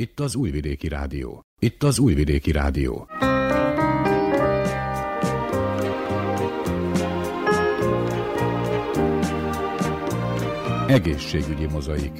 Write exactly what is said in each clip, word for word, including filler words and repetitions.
Itt az Újvidéki Rádió. Itt az Újvidéki Rádió. Egészségügyi mozaik.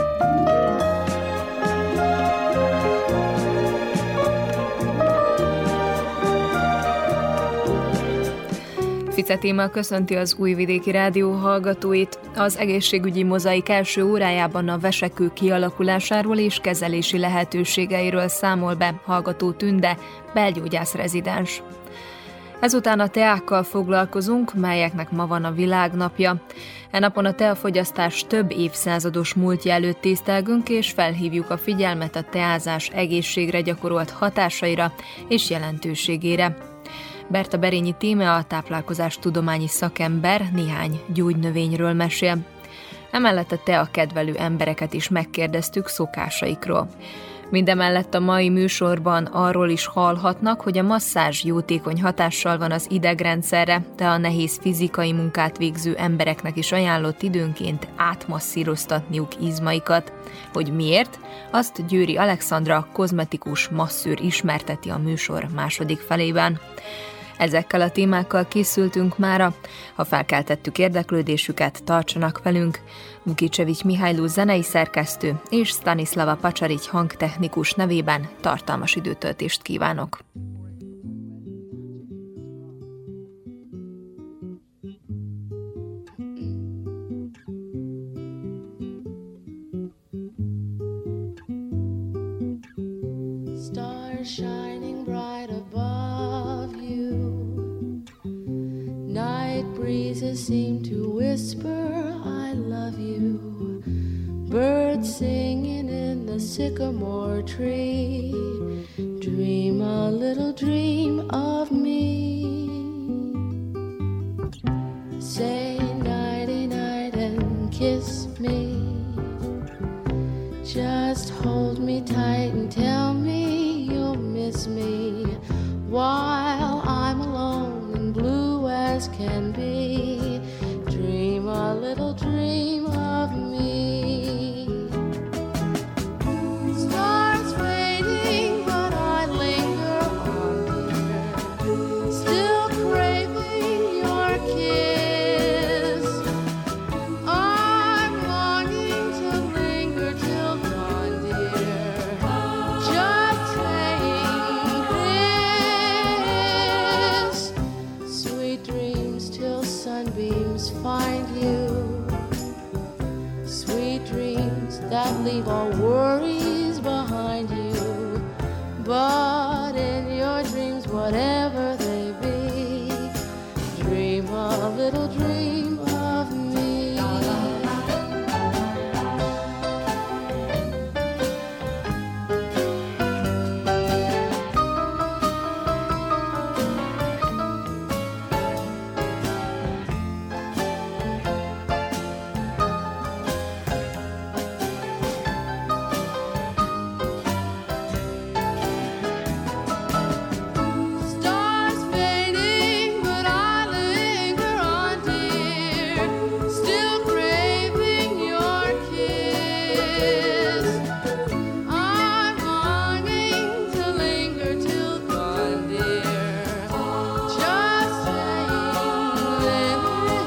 Fice Téma köszönti az Újvidéki Rádió hallgatóit. Az egészségügyi mozaik első órájában a vesekő kialakulásáról és kezelési lehetőségeiről számol be hallgató Tünde, belgyógyász rezidens. Ezután a teákkal foglalkozunk, melyeknek ma van a világnapja. E napon a teafogyasztás több évszázados múltja előtt tisztelgünk, és felhívjuk a figyelmet a teázás egészségre gyakorolt hatásaira és jelentőségére. Berta Berényi Tíme, a táplálkozás tudományi szakember néhány gyógynövényről mesél. Emellett a tea kedvelő embereket is megkérdeztük szokásaikról. Mindemellett a mai műsorban arról is hallhatnak, hogy a masszázs jótékony hatással van az idegrendszerre, de a nehéz fizikai munkát végző embereknek is ajánlott időnként átmasszíroztatniuk izmaikat. Hogy miért? Azt Győri Alexandra, kozmetikus masszőr ismerteti a műsor második felében. Ezekkel a témákkal készültünk mára. Ha felkeltettük érdeklődésüket, tartsanak velünk. Vukicevics Mihályló zenei szerkesztő és Stanislava Pacsarics hangtechnikus nevében tartalmas időtöltést kívánok. Stars shining bright above you. Night breezes seem to whisper, I love you. Birds singing in the sycamore tree. Dream a little dream of me. Say nighty night and kiss me. Just hold me tight and tell me you'll miss me while I'm alone and blue as can be. Dream a little dream of me. Stars fading, but I linger on, dear, still craving your kiss. I'm longing to linger till dawn, dear, just saying this. Sweet dreams till sunbeams find you. Sweet dreams that leave all worries behind you. But in your dreams, whatever they be, dream a little dream of me. Stars fading, but I linger on, dear, still craving your kiss. I'm longing to linger till dawn, dear, just saying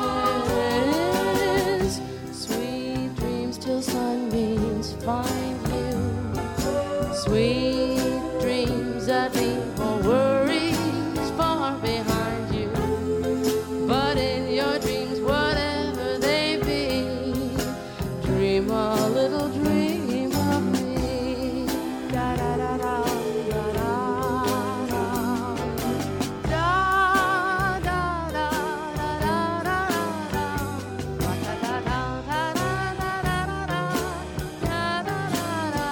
this. Sweet dreams till sunbeams find you. Sweet dreams that leave all worries far behind you. But in your dreams, whatever they be, dream a little dream of me. Da da da da da da da. Da da da da da da da. Da da da da da da da da da. Da da da da.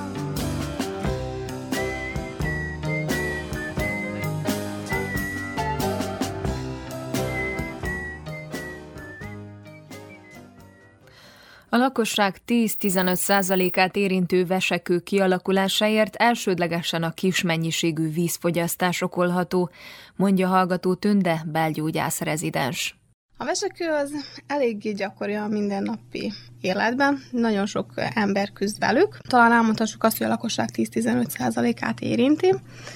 A lakosság tíz-tizenöt százalékát érintő vesekő kialakulásáért elsődlegesen a kis mennyiségű vízfogyasztás okolható, mondja hallgató Tünde, belgyógyász rezidens. A vesekő az eléggé gyakori a mindennapi életben, nagyon sok ember küzd velük. Talán elmondhassuk azt, hogy a lakosság tíz-tizenöt százalékát érinti.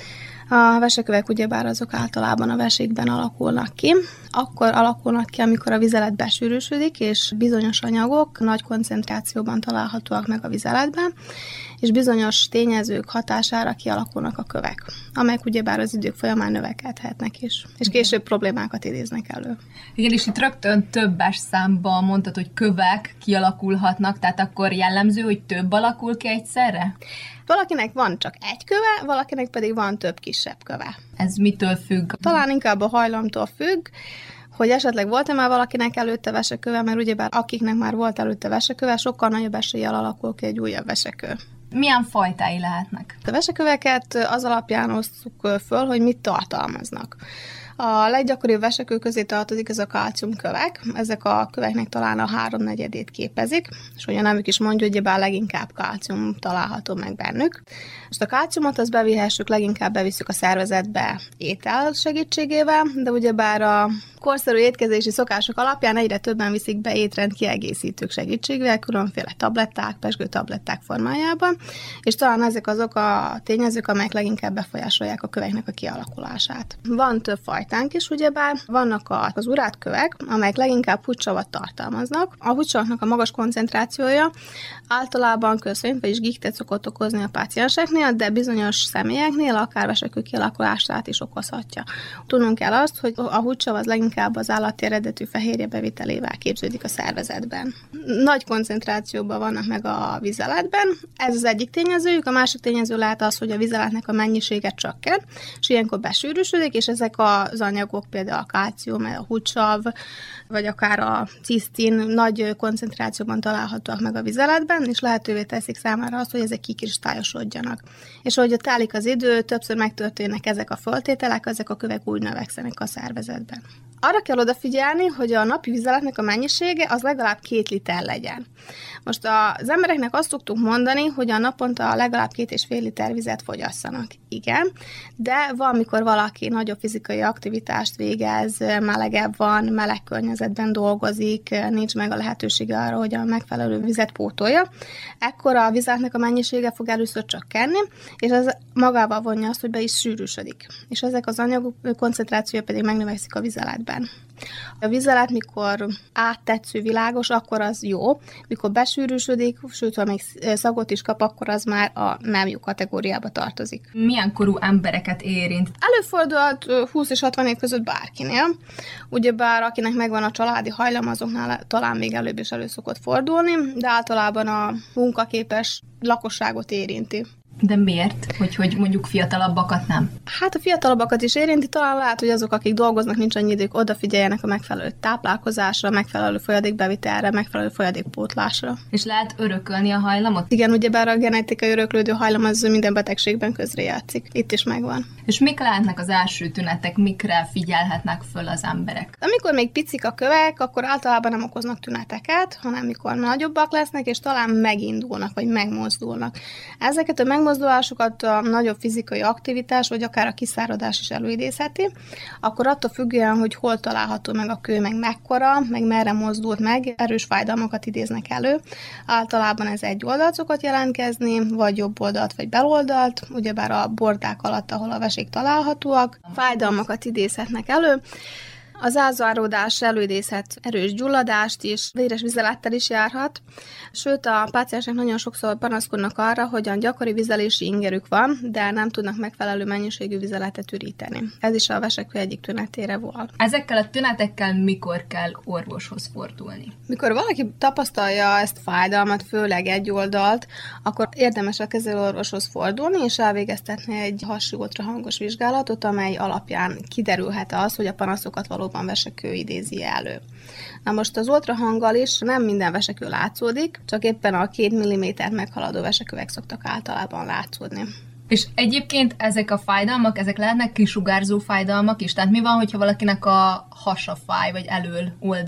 A vesekövek ugyebár azok általában a vesékben alakulnak ki. Akkor alakulnak ki, amikor a vizelet besűrűsödik, és bizonyos anyagok nagy koncentrációban találhatóak meg a vizeletben, és bizonyos tényezők hatására kialakulnak a kövek, amelyek ugyebár az idők folyamán növekedhetnek is, és később problémákat idéznek elő. Igen, és itt rögtön többes számban mondtad, hogy kövek kialakulhatnak, tehát akkor jellemző, hogy több alakul ki egyszerre? Valakinek van csak egy köve, valakinek pedig van több kisebb köve. Ez mitől függ? Talán inkább a hajlamtól függ, hogy esetleg volt-e már valakinek előtte veseköve, mert ugyebár akiknek már volt előtte veseköve, sokkal nagyobb eséllyel alakul ki egy újabb vesekő. Milyen fajtái lehetnek? A veseköveket az alapján osztjuk föl, hogy mit tartalmaznak. A leggyakoribb vesekő közé tartozik ez a kalciumkövek. Ezek a köveknek talán a háromnegyedét képezik, és hogy a nevük is mondja, hogy bár leginkább kalcium található meg bennük. Most a kalciumot az bevihessük, leginkább bevisszük a szervezetbe étel segítségével, de ugyebár a korszerű étkezési szokások alapján egyre többen viszik be étrend kiegészítők segítségével, különféle tabletták, pezsgő tabletták formájában, és talán ezek azok a tényezők, amelyek leginkább befolyásolják a köveknek a kialakulását. Van több fajtánk is, ugyebár vannak az urátkövek, amelyek leginkább húgysavat tartalmaznak. A húgysavaknak a magas koncentrációja általában köszönt, vagyis gigtet szokott okozni a pácienseknél, de bizonyos személyeknél akár vesekő kialakulását is okozhatja. Tudnunk kell azt, hogy a húgysav az leginkább az állati eredetű fehérje bevitelével képződik a szervezetben. Nagy koncentrációban vannak meg a vizeletben, ez az egyik tényezőjük, a másik tényező lehet az, hogy a vizeletnek a mennyisége csökken, és ilyenkor besűrűsödik, és ezek az anyagok, például a kalcium, a húgysav, vagy akár a cisztin nagy koncentrációban találhatóak meg a vizeletben, és lehetővé teszik számára azt, hogy ezek kikristályosodjanak. És ahogy telik az idő, többször megtörténnek ezek a föltételek, ezek a kövek úgy növekszenek a szervezetben. Arra kell odafigyelni, hogy a napi vizeletnek a mennyisége az legalább két liter legyen. Most az embereknek azt szoktuk mondani, hogy a naponta legalább két és fél liter vizet fogyasszanak. Igen, de van, mikor valaki nagyobb fizikai aktivitást végez, melegebb van, meleg környezetben dolgozik, nincs meg a lehetősége arra, hogy a megfelelő vizet pótolja, ekkor a vizeletnek a mennyisége fog először csökkenni, és ez magával vonja azt, hogy be is sűrűsödik. És ezek az anyagok koncentrációja pedig megnövekszik a vizeletben. A vizelet, mikor áttetsző, világos, akkor az jó, mikor besűrűsödik, sőt, ha még szagot is kap, akkor az már a nem jó kategóriába tartozik. Milyen korú embereket érint? Előfordulhat húsz és hatvan év között bárkinél. Ugyebár akinek megvan a családi hajlam, azoknál talán még előbb is elő szokott fordulni, de általában a munkaképes lakosságot érinti. De miért? Hogy, hogy mondjuk fiatalabbakat nem? Hát a fiatalabbakat is érinti, talán lehet, hogy azok, akik dolgoznak, nincs annyi idők, odafigyeljenek a megfelelő táplálkozásra, megfelelő folyadékbevitelre, megfelelő folyadékpótlásra. És lehet örökölni a hajlamot? Igen, ugyebár a genetikai öröklődő hajlam az minden betegségben közrejátszik. Itt is megvan. És mik lehetnek az első tünetek, mikre figyelhetnek föl az emberek? Amikor még picik a kövek, akkor általában nem okoznak tüneteket, hanem mikor nagyobbak lesznek, és talán megindulnak, vagy megmozdulnak. Ezeket a megmozdulásokat a nagyobb fizikai aktivitás, vagy akár a kiszáradás is előidézheti, akkor attól függően, hogy hol található meg a kő, meg mekkora, meg merre mozdult meg, erős fájdalmakat idéznek elő. Általában ez egy oldalt szokott jelentkezni, vagy jobb oldalt, vagy beloldalt, ugyebár a bordák alatt, ahol a vesék találhatóak, fájdalmakat idézhetnek elő. Az ázáródás előidézhet erős gyulladást is, véres vizelettel is járhat, sőt a páciensek nagyon sokszor panaszkodnak arra, hogy a gyakori vizelési ingerük van, de nem tudnak megfelelő mennyiségű vizeletet üríteni. Ez is a vesekő egyik tünetére volt. Ezekkel a tünetekkel mikor kell orvoshoz fordulni? Mikor valaki tapasztalja ezt a fájdalmat, főleg egy oldalt, akkor érdemes a kezelőorvoshoz fordulni, és elvégeztetni egy hasi ultrahangos vizsgálatot, amely alapján kiderülhet az, hogy a panaszokat valóban vesekő idézi elő. Na most az ultrahanggal is nem minden vesekő látszódik, csak éppen a két millimétert meghaladó vesekövek szoktak általában látszódni. És egyébként ezek a fájdalmak, ezek lehetnek kisugárzó fájdalmak is? Tehát mi van, hogyha valakinek a hasa fáj, vagy elől oldalt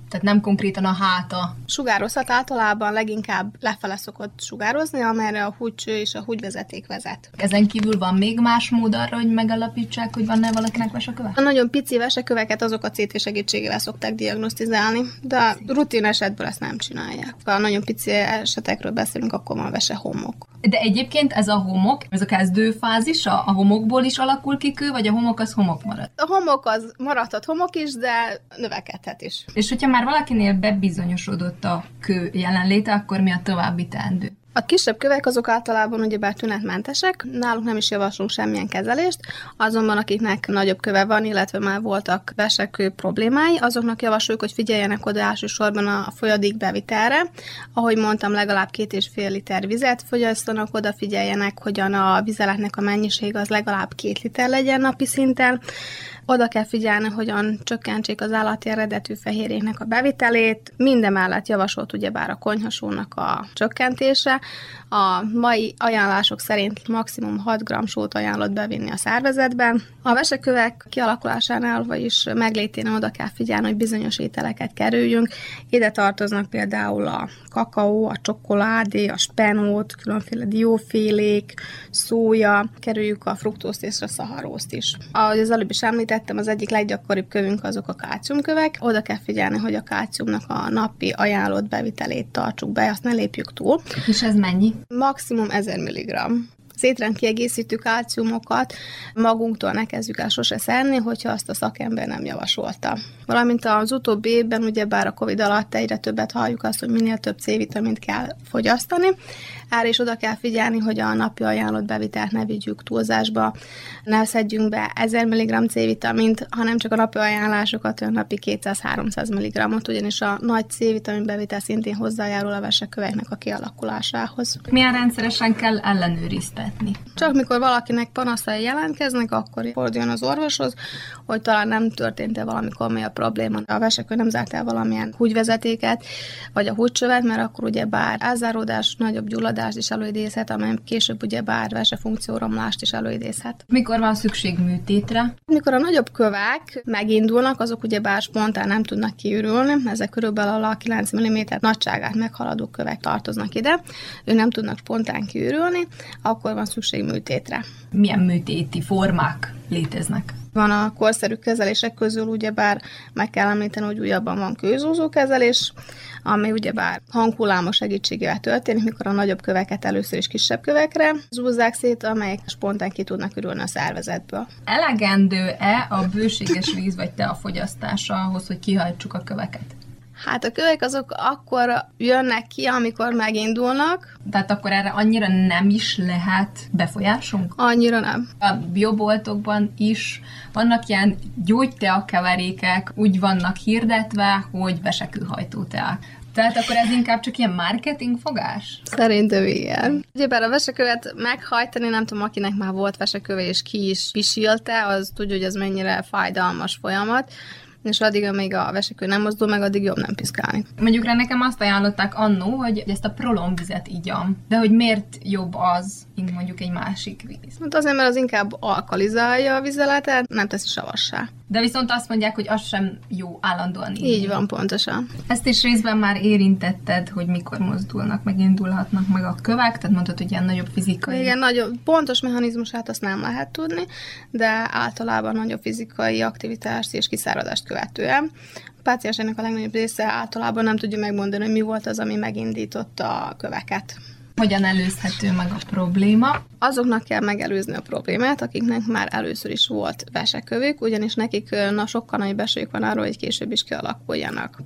Tehát nem konkrétan a háta. Sugározhat általában leginkább lefele szokott sugározni, amerre a húgycső és a húgyvezeték vezet. Ezen kívül van még más mód arra, hogy megalapítsák, hogy van-e valakinek veseköve? A nagyon pici veseköveket azok a cé té segítségével szokták diagnosztizálni, de rutin esetből ezt nem csinálják. Ha a nagyon pici esetekről beszélünk, akkor van vesehomok. De egyébként ez a homok, ez a kezdőfázisa, a homokból is alakul ki kő, vagy a homok az homok marad? A homok az maradhat homok is, de növekedhet is. És hogyha már valakinél bebizonyosodott a kő jelenléte, akkor mi a további teendő? A kisebb kövek azok általában ugyebár tünetmentesek, náluk nem is javaslunk semmilyen kezelést, azonban akiknek nagyobb köve van, illetve már voltak vesekő problémái, azoknak javasoljuk, hogy figyeljenek oda elsősorban a folyadék bevitelre. Ahogy mondtam, legalább két és fél liter vizet fogyasszanak, odafigyeljenek, hogyan a vizeletnek a mennyiség az legalább két liter legyen napi szinten. Oda kell figyelni, hogyan csökkentsék az állati eredetű fehérjéknek a bevitelét. Mindemellett javasolt ugyebár a konyhasónak a csökkentése. A mai ajánlások szerint maximum hat gramm sót ajánlott bevinni a szervezetben. A vesekövek kialakulásánál, vagyis megléténél oda kell figyelni, hogy bizonyos ételeket kerüljünk. Ide tartoznak például a kakaó, a csokoládé, a spenót, különféle diófélék, szója, kerüljük a fruktózt és a szaharózt is. Ahogy az előbb is említettem, az egyik leggyakoribb kövünk azok a kálciumkövek. Oda kell figyelni, hogy a kálciumnak a napi ajánlott bevitelét tartsuk be, azt ne lépjük túl. És ez mennyi? Maximum ezer milligramm. Az étrendkiegészítő kálciumokat magunktól ne kezdjük el sose szedni, hogyha azt a szakember nem javasolta. Valamint az utóbbi évben, ugyebár a Covid alatt egyre többet halljuk azt, hogy minél több C-vitamint kell fogyasztani. Erre is oda kell figyelni, hogy a napi ajánlott bevitelt ne vigyük túlzásba, ne szedjünk be ezer milligramm C-vitamint, hanem csak a napi ajánlásokat, olyan napi kétszáz-háromszáz milligrammot, ugyanis a nagy C-vitamin bevitel szintén hozzájárul a veseköveknek a kialakulásához. Milyen rendszeresen kell ellenőriztetni? Csak mikor valakinek panaszai jelentkeznek, akkor forduljon az orvoshoz, hogy talán nem történt-e valami komolyabb probléma. A vesekő nem zárt el valamilyen húgyvezetéket, vagy a húgycsövet, mert akkor ugyebár elzáródás, nagyobb gyulladást is előidézhet, amely később ugyebár vesefunkcióromlást is előidézhet. Mikor van szükség műtétre? Mikor a nagyobb kövek megindulnak, azok ugyebár spontán nem tudnak kiürülni, ezek körülbelül a kilenc milliméter nagyságát meghaladó kövek tartoznak ide, ők nem tudnak spontán kiürülni, akkor van szükség műtétre. Milyen műtéti formák léteznek? Van a korszerű kezelések közül, ugyebár meg kell említeni, hogy újabban van kőzúzó kezelés, ami ugyebár hanghullámos segítségével történik, mikor a nagyobb köveket először is kisebb kövekre zúzzák szét, amelyek spontán ki tudnak ürülni a szervezetből. Elegendő-e a bőséges víz vagy tea fogyasztása ahhoz, hogy kihajtsuk a köveket? Hát a kövek azok akkor jönnek ki, amikor megindulnak. Tehát akkor erre annyira nem is lehet befolyásunk? Annyira nem. A bioboltokban is vannak ilyen gyógytea keverékek, úgy vannak hirdetve, hogy vesekőhajtó teák. Tehát akkor ez inkább csak ilyen marketing fogás? Szerintem igen. Ugyebár a vesekövet meghajtani, nem tudom, akinek már volt veseköve és ki is pisilte, az tudja, hogy az mennyire fájdalmas folyamat, és addig, amíg a vesekő nem mozdul meg, addig jobb nem piszkálni. Mondjuk rá nekem azt ajánlották annó, hogy ezt a prolomvizet igyam. De hogy miért jobb az, mint mondjuk egy másik víz? Hát azért, mert az inkább alkalizálja a vizeletet, nem teszi savassá. De viszont azt mondják, hogy az sem jó állandóan így. Így van, pontosan. Ezt is részben már érintetted, hogy mikor mozdulnak, megindulhatnak meg a kövek, tehát mondtad, hogy ilyen nagyobb fizikai... Igen, nagyobb, pontos mechanizmusát azt nem lehet tudni, de általában nagyobb fizikai aktivitást és kiszáradást követően. A páciensének a legnagyobb része általában nem tudja megmondani, hogy mi volt az, ami megindította a köveket. Hogyan előzhető meg a probléma? Azoknak kell megelőzni a problémát, akiknek már először is volt vesekövük, ugyanis nekik na, sokkal nagyobb esélyük van arról, hogy később is kialakuljanak.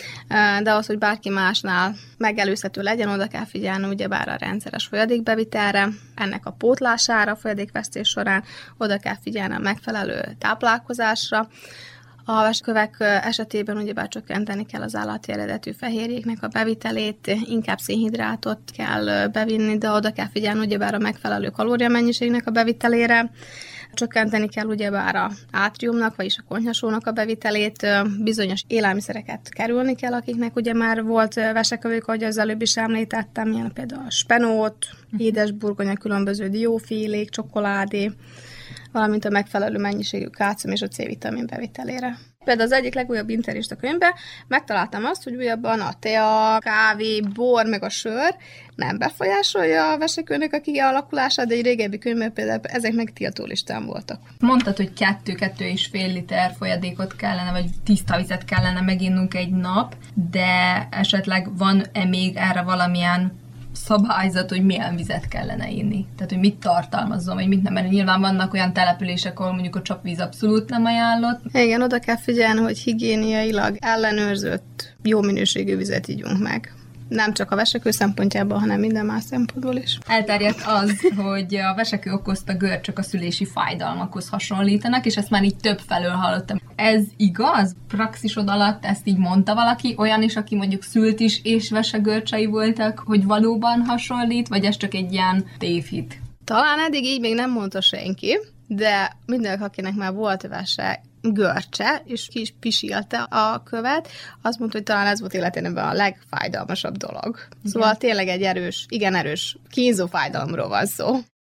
De az, hogy bárki másnál megelőzhető legyen, oda kell figyelni ugyebár a rendszeres folyadékbevitelre, ennek a pótlására a folyadékvesztés során, oda kell figyelni a megfelelő táplálkozásra. A vesekövek esetében ugyebár csökkenteni kell az állati eredetű fehérjéknek a bevitelét, inkább szénhidrátot kell bevinni, de oda kell figyelni ugyebár a megfelelő kalóriamennyiségnek a bevitelére. Csökkenteni kell ugyebár a átriumnak, vagyis a konyhasónak a bevitelét, bizonyos élelmiszereket kerülni kell, akiknek ugye már volt vesekövük, ahogy az előbb is említettem, ilyen például a spenót, édesburgonya, különböző diófélék, csokoládé, valamint a megfelelő mennyiségű kálcium és a C-vitamin bevitelére. Például az egyik legújabb interista könyvben megtaláltam azt, hogy újabban a tea, kávé, bor, meg a sör nem befolyásolja a vesekőnek a kialakulását, de egy régebbi könyvben például ezek meg tiltó listán voltak. Mondtad, hogy kettő-kettő és fél liter folyadékot kellene, vagy tiszta vizet kellene meginnunk egy nap, de esetleg van-e még erre valamilyen szabályzat, hogy milyen vizet kellene inni. Tehát, hogy mit tartalmazzon, vagy mit nem, mert nyilván vannak olyan települések, ahol mondjuk a csapvíz abszolút nem ajánlott. Igen, oda kell figyelni, hogy higiéniailag ellenőrzött, jó minőségű vizet ígyunk meg. Nem csak a vesekő szempontjából, hanem minden más szempontból is. Elterjedt az, hogy a vesekő okozta görcsök a szülési fájdalmakhoz hasonlítanak, és ezt már így több felől hallottam. Ez igaz? Praxisod alatt ezt így mondta valaki? Olyan is, aki mondjuk szült is, és vesegörcsei voltak, hogy valóban hasonlít, vagy ez csak egy ilyen tévhit? Talán eddig így még nem mondta senki, de mindenki, akinek már volt vese görcse, és ki is pisilte a követ, azt mondta, hogy talán ez volt életében a legfájdalmasabb dolog. Igen. Szóval tényleg egy erős, igen erős, kínzó fájdalomról van szó.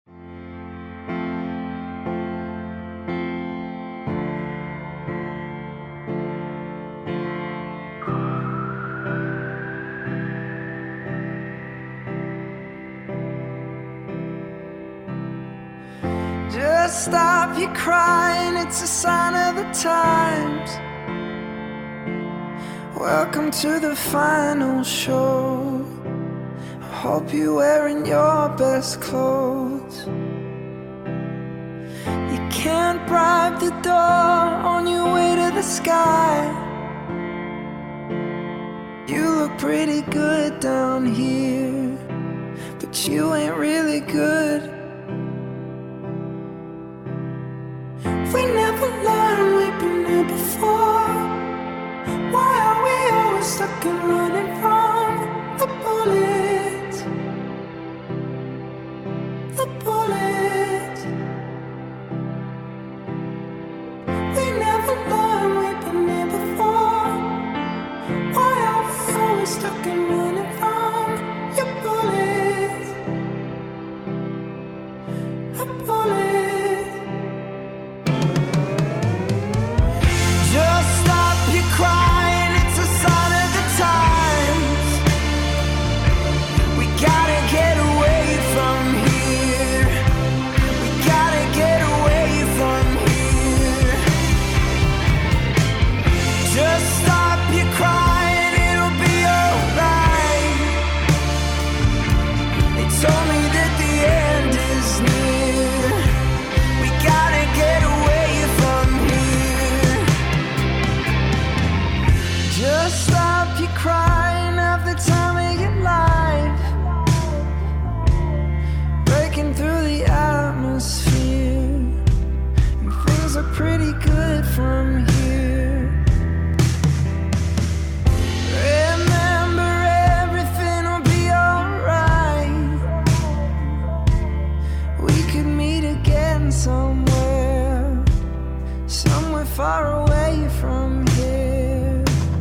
Just stop your crying, it's a sign of the times. Welcome to the final show. I hope you're wearing your best clothes. You can't bribe the door on your way to the sky. You look pretty good down here, but you ain't really good. We never learned, we've been here before. Why are we always stuck and running from the bullets? The bullets. We never learned, we've been here before. Why are we always stuck and running from your bullets? The bullets. Just stop your crying, it's a sign of the times. We gotta get away from here. We gotta get away from here. Just stop your crying, it'll be alright. They told me that the end is near. We gotta get away from here. Just stop your crying, have the time of your life. Breaking through the atmosphere, and things are pretty good from here. Remember, everything will be alright. We could meet again somewhere, somewhere far away from here.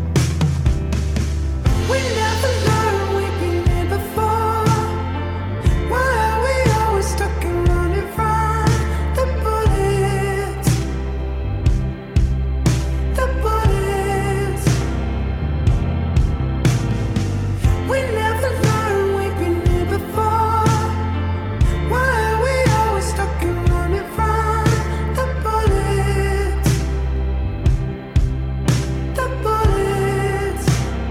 We never learned, we've been here before. Why are we always stuck and running from the bullets? The bullets. We never learned, we've been here before. Why are we always stuck and running from the bullets? The bullets.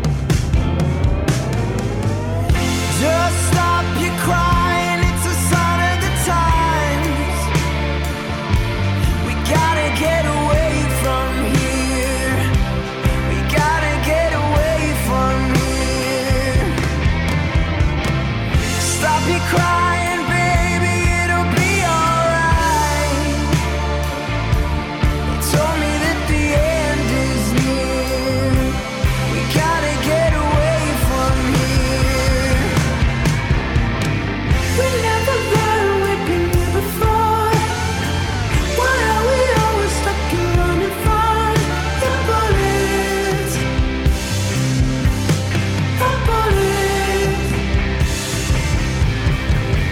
Just stop your crying, it's a sign of the times. We gotta get away from here. We gotta get away from here. Stop your crying, baby, it'll be alright. They told me that the end is near. We gotta get away from here. We never learned, we've been here before. Why are we always stuck and running from the bullets? The bullets.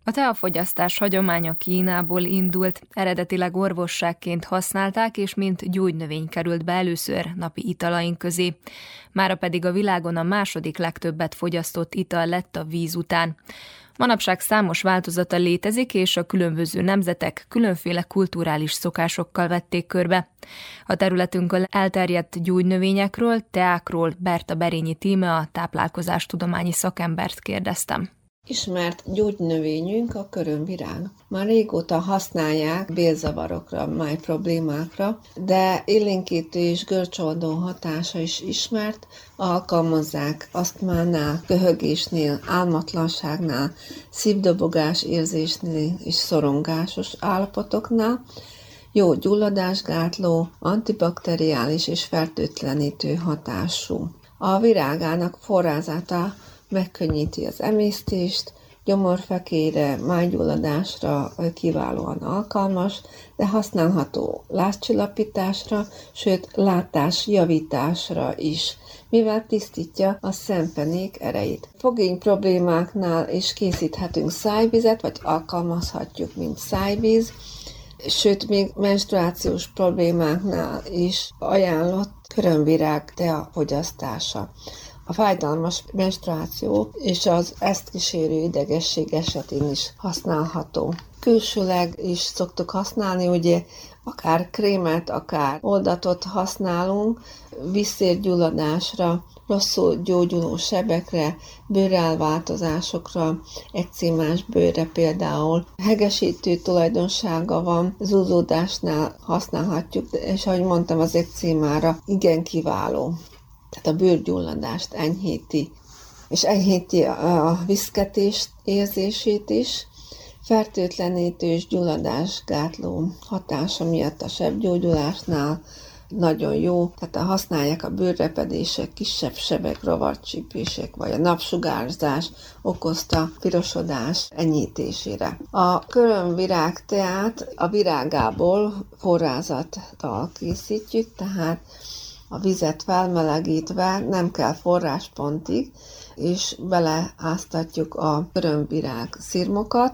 A teafogyasztás hagyománya Kínából indult, eredetileg orvosságként használták, és mint gyógynövény került be először napi italaink közé. Mára pedig a világon a második legtöbbet fogyasztott ital lett a víz után. Manapság számos változata létezik, és a különböző nemzetek különféle kulturális szokásokkal vették körbe. A területünkön elterjedt gyógynövényekről, teákról Berta Berényi Tíme, a táplálkozástudományi szakembert kérdeztem. Ismert gyógynövényünk a körömvirág. Már régóta használják bélzavarokra, máj problémákra, de élénkítő és görcsoldó hatása is ismert, alkalmazzák asztmánál, köhögésnél, álmatlanságnál, szívdobogás érzésnél és szorongásos állapotoknál, jó gyulladásgátló, antibakteriális és fertőtlenítő hatású. A virágának forrázata megkönnyíti az emésztést, gyomorfekére, májgyulladásra kiválóan alkalmas, de használható lázcsillapításra, sőt látásjavításra is, mivel tisztítja a szemfenék erejét. Fogény problémáknál is készíthetünk szájvizet, vagy alkalmazhatjuk, mint szájvíz, sőt még menstruációs problémáknál is ajánlott körömvirág tea fogyasztása. A fájdalmas menstruáció és az ezt kísérő idegesség esetén is használható. Külsőleg is szoktuk használni, ugye akár krémet, akár oldatot használunk, vízszérgyulladásra, rosszul gyógyuló sebekre, bőrelváltozásokra, ekcémás bőrre például. Hegesítő tulajdonsága van, zúzódásnál használhatjuk, és ahogy mondtam, az ekcémára igen kiváló. Tehát a bőrgyulladást enyhíti, és enyhíti a viszketés érzését is, fertőtlenítő és gyulladásgátló hatása miatt a sebgyógyulásnál nagyon jó, tehát használják a bőrrepedések, kisebb sebek, rovarcsípések, vagy a napsugárzás okozta pirosodás enyhítésére. A körömvirág teát a virágából forrázattal készítjük, tehát a vizet felmelegítve, nem kell forráspontig, és beleáztatjuk a körömvirág szirmokat.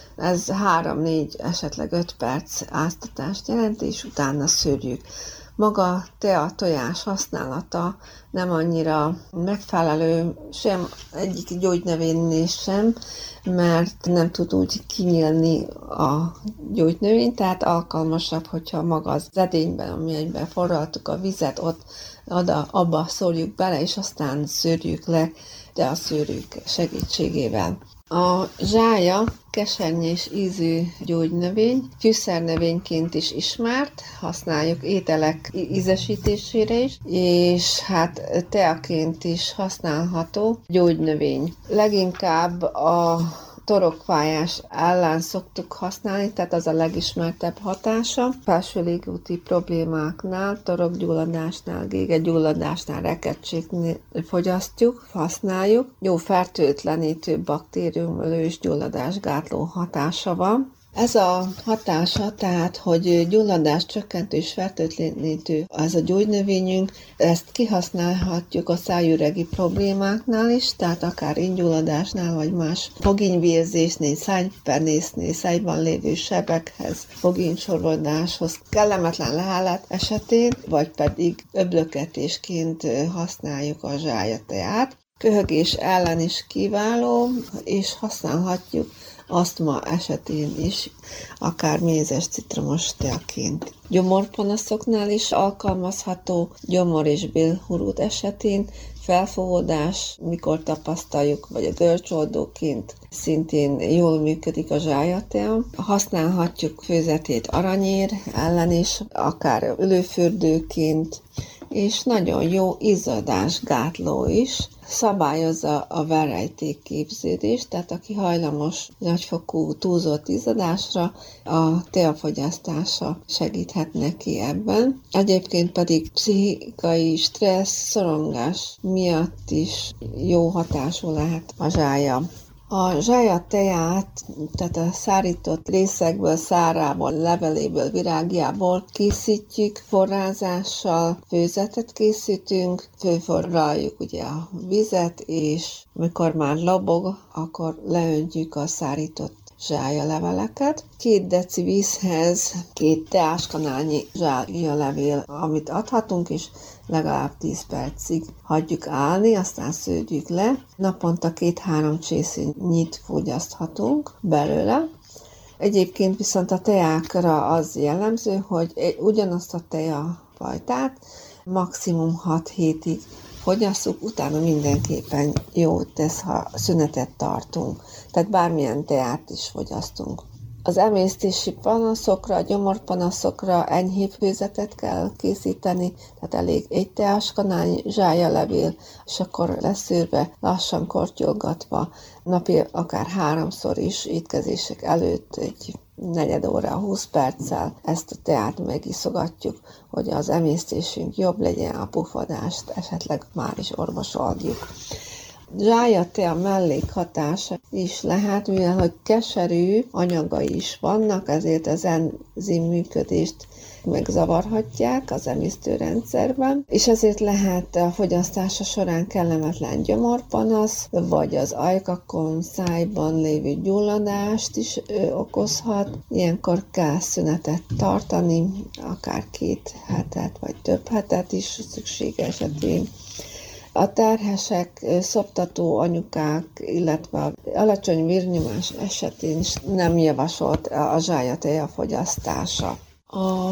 Ez három-négy, esetleg öt perc áztatást jelent, és utána szőrjük. Maga tea tojás használata nem annyira megfelelő, sem egyik gyógynövénynél sem, mert nem tud úgy kinyílni a gyógynövény, tehát alkalmasabb, hogyha maga az edényben, amiben forraltuk a vizet, ott oda, abba szórjuk bele, és aztán szőrjük le, de a szőrők segítségével. A zsája kesernyés ízű gyógynövény, fűszernövényként is ismert, használjuk ételek ízesítésére is, és hát teaként is használható gyógynövény. Leginkább a torokfájás ellen szoktuk használni, tehát az a legismertebb hatása. Felső légúti problémáknál, torokgyulladásnál, gégegyulladásnál, rekedtségnél fogyasztjuk, használjuk. Jó fertőtlenítő, baktériumölő és gyulladásgátló hatása van. Ez a hatása, tehát, hogy gyulladás csökkentő és fertőtlenítő ez a gyógynövényünk, ezt kihasználhatjuk a szájüregi problémáknál is, tehát akár ingyulladásnál, vagy más fogényvérzésnél, szájpenésznél, szájban lévő sebekhez, fogénycsorvadáshoz, kellemetlen lehálat esetén, vagy pedig öblöketésként használjuk a zsájateát. Köhögés ellen is kiváló, és használhatjuk asztma esetén is, akár mézes citromos teaként. Gyomorpanaszoknál is alkalmazható, gyomor- és bélhurút esetén, felfúvódás, mikor tapasztaljuk, vagy a görcsoldóként szintén jól működik a zsájatea. Használhatjuk főzetét aranyér ellen is, akár ülőfürdőként, és nagyon jó izzadásgátló is. Szabályozza a verejtékképződést, tehát aki hajlamos nagyfokú túlzott izzadásra, a teafogyasztása segíthet neki ebben. Egyébként pedig pszichikai stressz, szorongás miatt is jó hatású lehet a zsája. A zsája teát, tehát a szárított részekből, szárából, leveléből, virágjából készítjük, forrázással főzetet készítünk, fölforraljuk ugye a vizet, és mikor már lobog, akkor leöntjük a szárított zsájaleveleket. Két deci vízhez két teáskanálnyi zsájalevél, amit adhatunk, és legalább tíz percig hagyjuk állni, aztán szőjük le. Naponta két-három csészényit fogyaszthatunk belőle. Egyébként viszont a teákra az jellemző, hogy egy, ugyanazt a teafajtát maximum hat hétig fogyasszuk, utána mindenképpen jót tesz, ha szünetet tartunk. Tehát bármilyen teát is fogyasztunk. Az emésztési panaszokra, gyomorpanaszokra enyhébb főzetet kell készíteni, tehát elég egy teáskanálnyi zsájalevél, és akkor leszűrve, lassan kortyolgatva, napi akár háromszor is étkezések előtt egy negyed óra, húsz perccel ezt a teát megiszogatjuk, hogy az emésztésünk jobb legyen, a pufadást esetleg már is orvosoljuk. Zsájatea mellékhatása is lehet, mivel hogy keserű anyagai is vannak, ezért az enzim működést megzavarhatják az emésztőrendszerben, és ezért lehet a fogyasztása során kellemetlen gyomorpanasz, vagy az ajkakon, szájban lévő gyulladást is ö, okozhat. Ilyenkor kell szünetet tartani, akár két hetet, vagy több hetet is szükség esetén. A terhesek, szoptató anyukák, illetve alacsony vérnyomás esetén is nem javasolt a zsájatea fogyasztása. A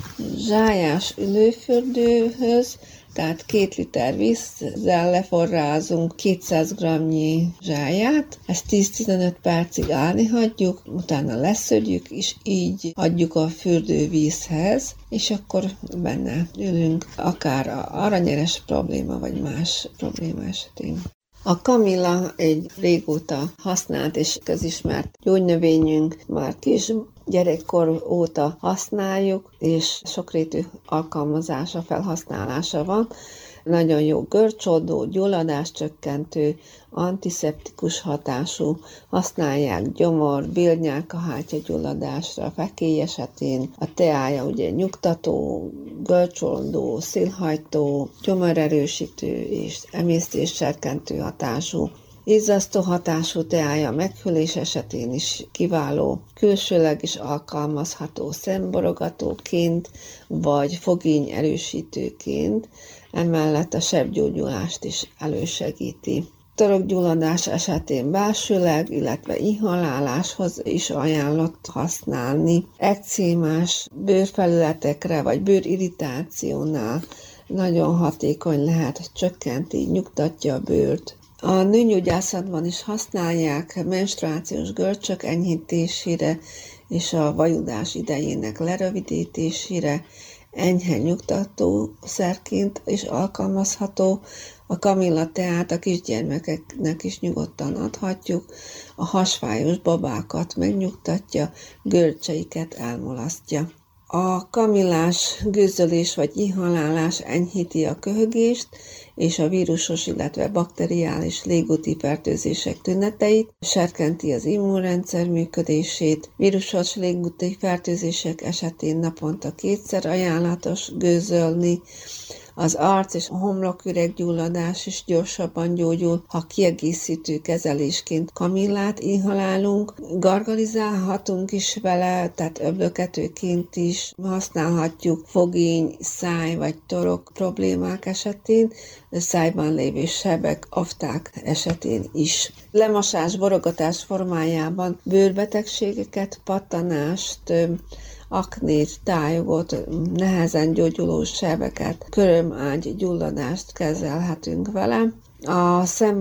zsájás ülőfürdőhöz, tehát két liter vízzel leforrázunk kétszáz grammnyi zsáját, ezt tíz-tizenöt percig állni hagyjuk, utána leszödjük, és így adjuk a fürdővízhez, és akkor benne ülünk, akár aranyeres probléma, vagy más probléma esetén. A kamilla egy régóta használt és közismert gyógynövényünk, már kis gyerekkor óta használjuk, és sokrétű alkalmazása, felhasználása van. Nagyon jó görcsoldó, gyulladáscsökkentő, antiszeptikus hatású, használják gyomor, bélnyálkahártya gyulladásra, fekély esetén. A teája ugye nyugtató, görcsoldó, szélhajtó, gyomorerősítő és emésztésserkentő hatású. Izzasztó hatású teája meghűlés esetén is kiváló, külsőleg is alkalmazható szemborogatóként, vagy fogény erősítőként, emellett a sebgyógyulást is elősegíti. Torokgyulladás esetén belsőleg, illetve inhaláláshoz is ajánlott használni. Ekcémás bőrfelületekre vagy bőrirritációnál nagyon hatékony lehet, csökkenti, nyugtatja a bőrt. A nőgyógyászatban is használják menstruációs görcsök enyhítésére és a vajudás idejének lerövidítésére, enyhe nyugtató szerként is alkalmazható. A kamilla teát a kisgyermekeknek is nyugodtan adhatjuk, a hasfájos babákat megnyugtatja, görcseiket elmulasztja. A kamillás gőzölés vagy inhalálás enyhíti a köhögést és a vírusos, illetve bakteriális légúti fertőzések tüneteit, serkenti az immunrendszer működését, vírusos légúti fertőzések esetén naponta kétszer ajánlatos gőzölni, az arc és a homloküreggyulladás is gyorsabban gyógyul, ha kiegészítő kezelésként kamillát inhalálunk, gargalizálhatunk is vele, tehát öblöketőként is használhatjuk fogény, száj vagy torok problémák esetén, szájban lévő sebek, afták esetén is. Lemosás, borogatás formájában bőrbetegségeket, pattanást, aknét, tájogot, nehezen gyógyuló sebeket, körömágy gyulladást kezelhetünk vele. A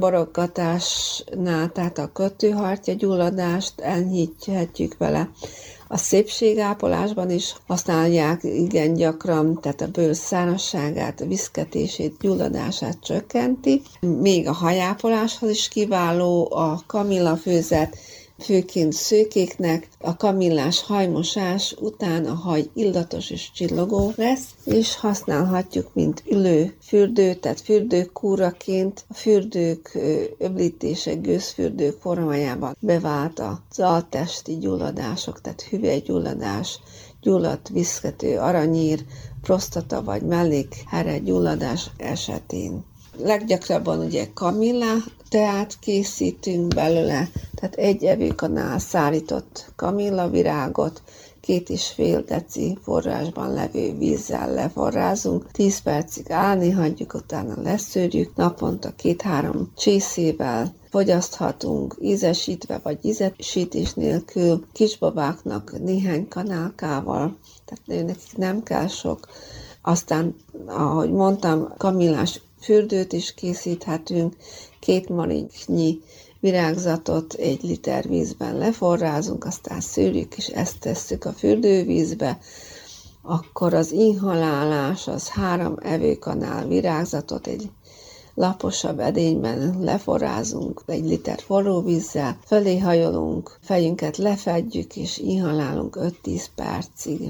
szemborogatásnál, tehát a kötőhartya gyulladást enyhíthetjük vele. A szépségápolásban is használják igen gyakran, tehát a bőr szárazságát, viszketését, gyulladását csökkenti. Még a hajápoláshoz is kiváló a kamillafőzet, főként szőkéknek. A kamillás hajmosás után a haj illatos és csillogó lesz, és használhatjuk, mint ülő fürdő, tehát fürdőkúraként. A fürdők öblítése gőzfürdők formájában bevált az altesti gyulladások, tehát hüvelygyulladás, gyulladt viszkető aranyír, prostata vagy mellékhere gyulladás esetén. Leggyakrabban ugye kamilla teát készítünk belőle, tehát egy evőkanál szárított kamilla virágot, két és fél deci forrásban levő vízzel leforrázunk, tíz percig állni hagyjuk, utána leszűrjük, naponta két-három csészével fogyaszthatunk, ízesítve vagy ízesítés nélkül, kisbabáknak néhány kanálkával, tehát nekik nem kell sok. Aztán, ahogy mondtam, kamillás fürdőt is készíthetünk, két mariknyi virágzatot egy liter vízben leforrázunk, aztán szűrjük, és ezt tesszük a fürdővízbe. Akkor az inhalálás, az három evőkanál virágzatot egy laposabb edényben leforrázunk egy liter forró vízzel, fölé hajolunk, fejünket lefedjük, és inhalálunk öt-tíz percig.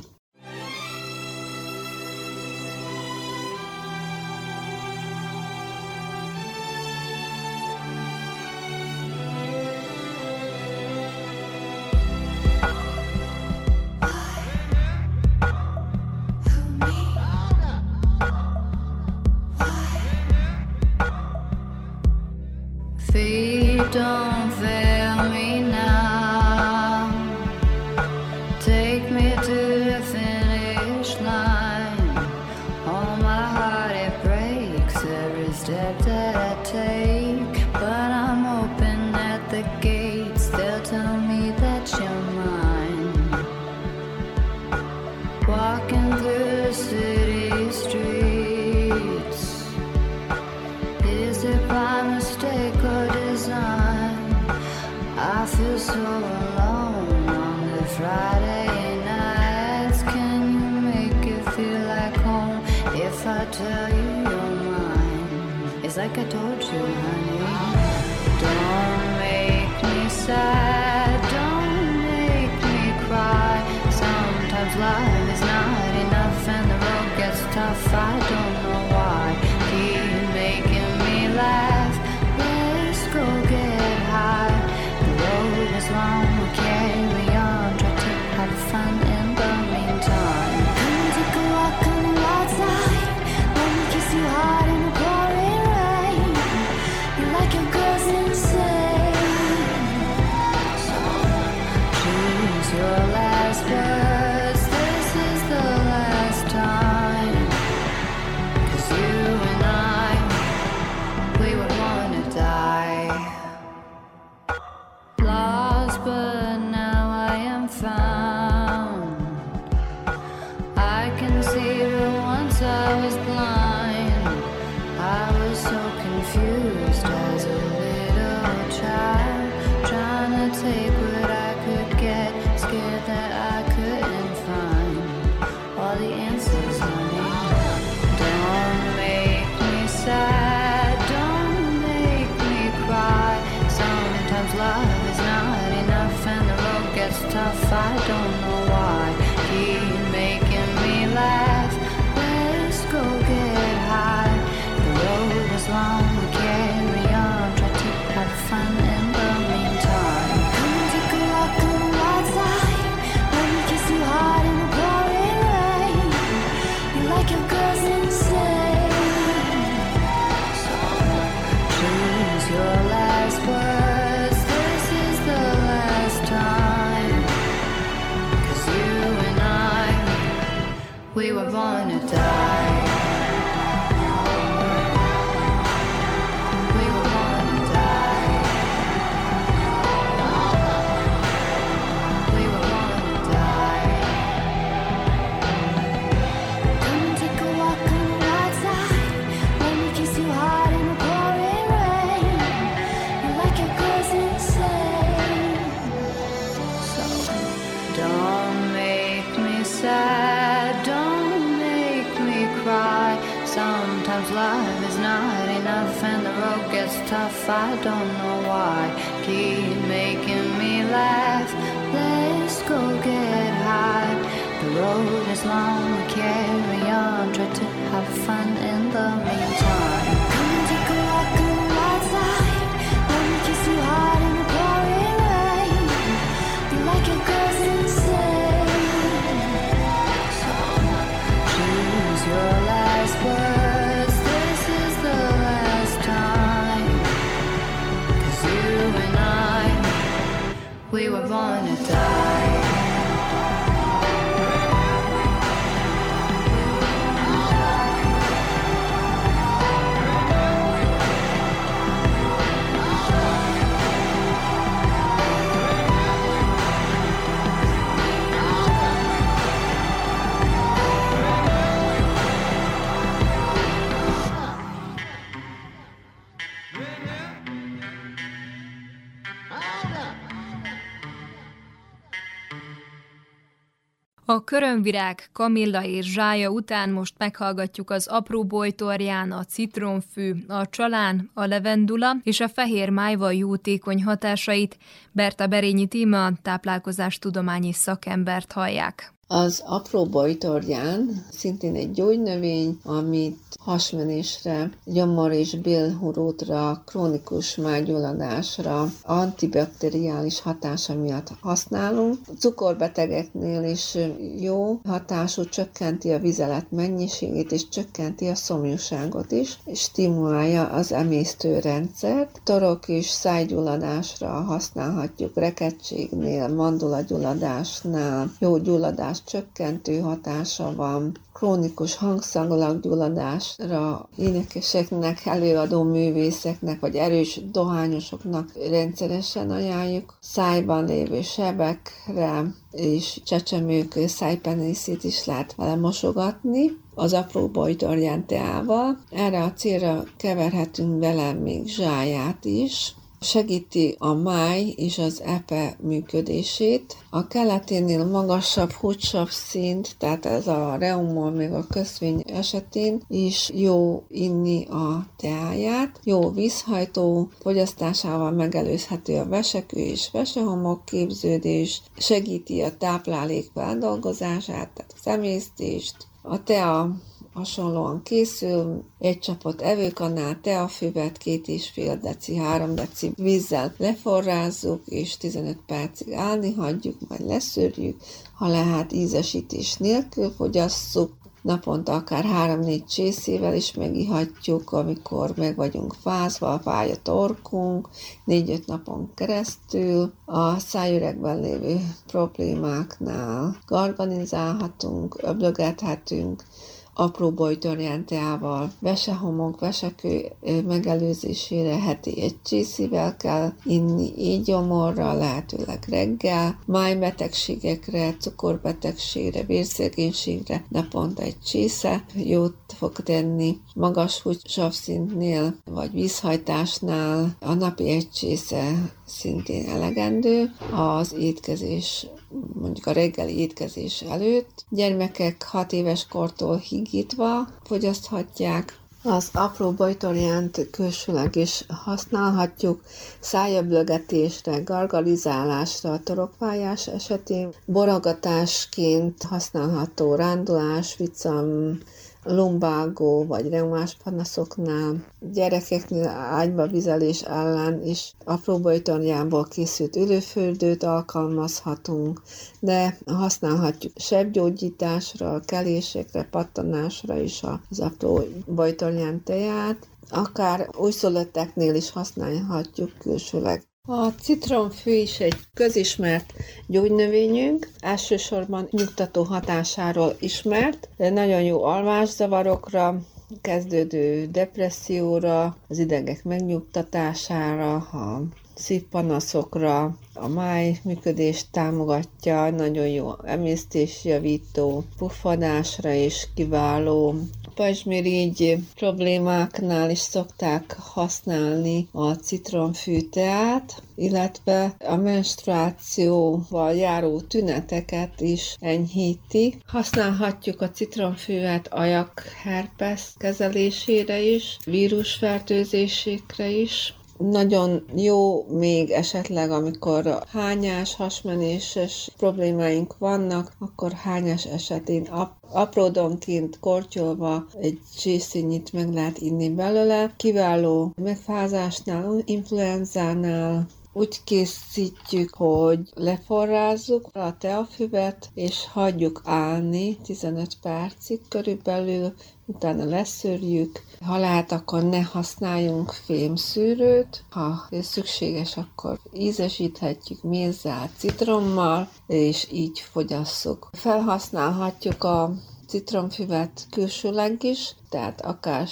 Feet don't fail me now. Take me to the finish line. Oh, my heart, it breaks every step that I take. But I'm open at the gates. They'll tell me that you're mine. Walking through the city streets. Is it by mistake or design? I feel so alone on the Friday nights. Can you make it feel like home if I tell you you're mine? It's like I told you, honey. Don't make me sad, don't make me cry. Sometimes life is not enough and the road gets tough. I don't know why. Keep making me laugh. Let's go get high. The road is long, we'll carry on. Try to have fun in the meantime. Come take a walk on the wild side. Let me kiss you hard in the pouring rain. You like your girls insane. So choose your last words. This is the last time. 'Cause you and I, we would wanna die. Lost, but now I am found. I can see that once I was blind. I was so confused as a little child, trying to take what I could get, scared that I couldn't find all the answers, honey. Don't make me sad, don't make me cry. Sometimes love is not enough and the road gets tough. I don't know why. Keep making me laugh. Let's go get high. The road is long, we carry on. Try to have fun in the meantime. Come and take a walk on the wild side. Let me kiss you hard in the pouring rain. You like your girls insane. So choose your last words. This is the last time. 'Cause you and I, we were born to die. We were born to die. We were born to die. Come and take a walk on the wild side. Let me kiss you hard in the pouring rain. You like your girls insane. So don't make me sad, don't make me cry. Sometimes life is not enough and the road gets tough. I don't know why. Keep making me laugh. Let's go get high. The road is long, we carry on. Try to have fun in the meantime. Come and take a walk on the wild side. Let me kiss you hard in the pouring rain. You like your girls insane. So choose your last words. This is the last we were born to die. A körömvirág, kamilla és zsája után most meghallgatjuk az apró bojtorján, a citronfű, a csalán, a levendula és a fehér májva jótékony hatásait. Berta Berényi Tíma, táplálkozástudományi szakembert hallják. Az apró bojtorján szintén egy gyógynövény, amit hasmenésre, gyomor- és bélhurótra, krónikus májgyulladásra, antibakteriális hatása miatt használunk. A cukorbetegeknél is jó hatású, csökkenti a vizelet mennyiségét, és csökkenti a szomjúságot is, és stimulálja az emésztőrendszert. Torok és szájgyulladásra használhatjuk, rekedtségnél, mandulagyulladásnál, jó gyulladás csökkentő hatása van, krónikus hangszalaggyulladásra, énekeseknek, előadó művészeknek, vagy erős dohányosoknak rendszeresen ajánljuk, szájban lévő sebekre és csecsemők szájpenészét is lehet vele mosogatni, az apró bojtorján teával. Erre a célra keverhetünk vele még zsáját is. Segíti a máj és az epe működését. A keleténél magasabb húgysav szint, tehát ez a reumol még a köszvény esetén is jó inni a teáját. Jó vízhajtó, fogyasztásával megelőzhető a vesekő és vesehomok képződés, segíti a táplálék feldolgozását, tehát az emésztést. A tea hasonlóan készül, egy csapot evőkanál teafüvet, két és fél deci, három deci vízzel leforrázzuk, és tizenöt percig állni hagyjuk, majd leszűrjük, ha lehet ízesítés nélkül fogyasszuk, naponta akár három-négy csészével is megihatjuk, amikor meg vagyunk fázva, fáj a torkunk, négy-öt napon keresztül. A szájüregben lévő problémáknál garganizálhatunk, öblögethetünk, apró bojtorján teával, vesehomok, vesekő megelőzésére heti egy csészével kell inni, így gyomorra, lehetőleg reggel, májbetegségekre, cukorbetegségre, vérszegénységre naponta egy csésze jót fog tenni. Magas húgysavszintnél vagy vízhajtásnál a napi egy csésze szintén elegendő az étkezés, mondjuk a reggeli étkezés előtt. Gyermekek hat éves kortól higítva fogyaszthatják. Az apró bojtorjánt külsőleg is használhatjuk szájöblögetésre, gargalizálásra, torokfájás esetén, borogatásként használható rándulás, vicam, lumbágó vagy reumás panaszoknál, gyerekeknél ágyba vizelés ellen is apró bojtorjából készült ülőfürdőt alkalmazhatunk, de használhatjuk sebgyógyításra, kelésekre, pattanásra is az apró bojtorján teját, akár újszülötteknél is használhatjuk külsőleg. A citronfű is egy közismert gyógynövényünk, elsősorban nyugtató hatásáról ismert, de nagyon jó alvászavarokra, kezdődő depresszióra, az idegek megnyugtatására, a szívpanaszokra, a máj működést támogatja, nagyon jó emésztésjavító, puffadásra is kiváló. Pajzsmirigy problémáknál is szokták használni a citronfű teát, illetve a menstruációval járó tüneteket is enyhíti. Használhatjuk a citronfűvet ajak herpes kezelésére is, vírusfertőzésekre is. Nagyon jó még esetleg, amikor hányás, hasmenéses problémáink vannak, akkor hányás esetén ap- apródonként kortyolva egy csészényit meg lehet inni belőle. Kiváló megfázásnál, influenzánál, Úgy készítjük, hogy leforrázzuk a teafüvet, és hagyjuk állni tizenöt percig körülbelül, utána leszűrjük. Ha lehet, akkor ne használjunk fémszűrőt, ha szükséges, akkor ízesíthetjük mézzel, citrommal, és így fogyasszuk. Felhasználhatjuk a citromfüvet külsőleg is, tehát akár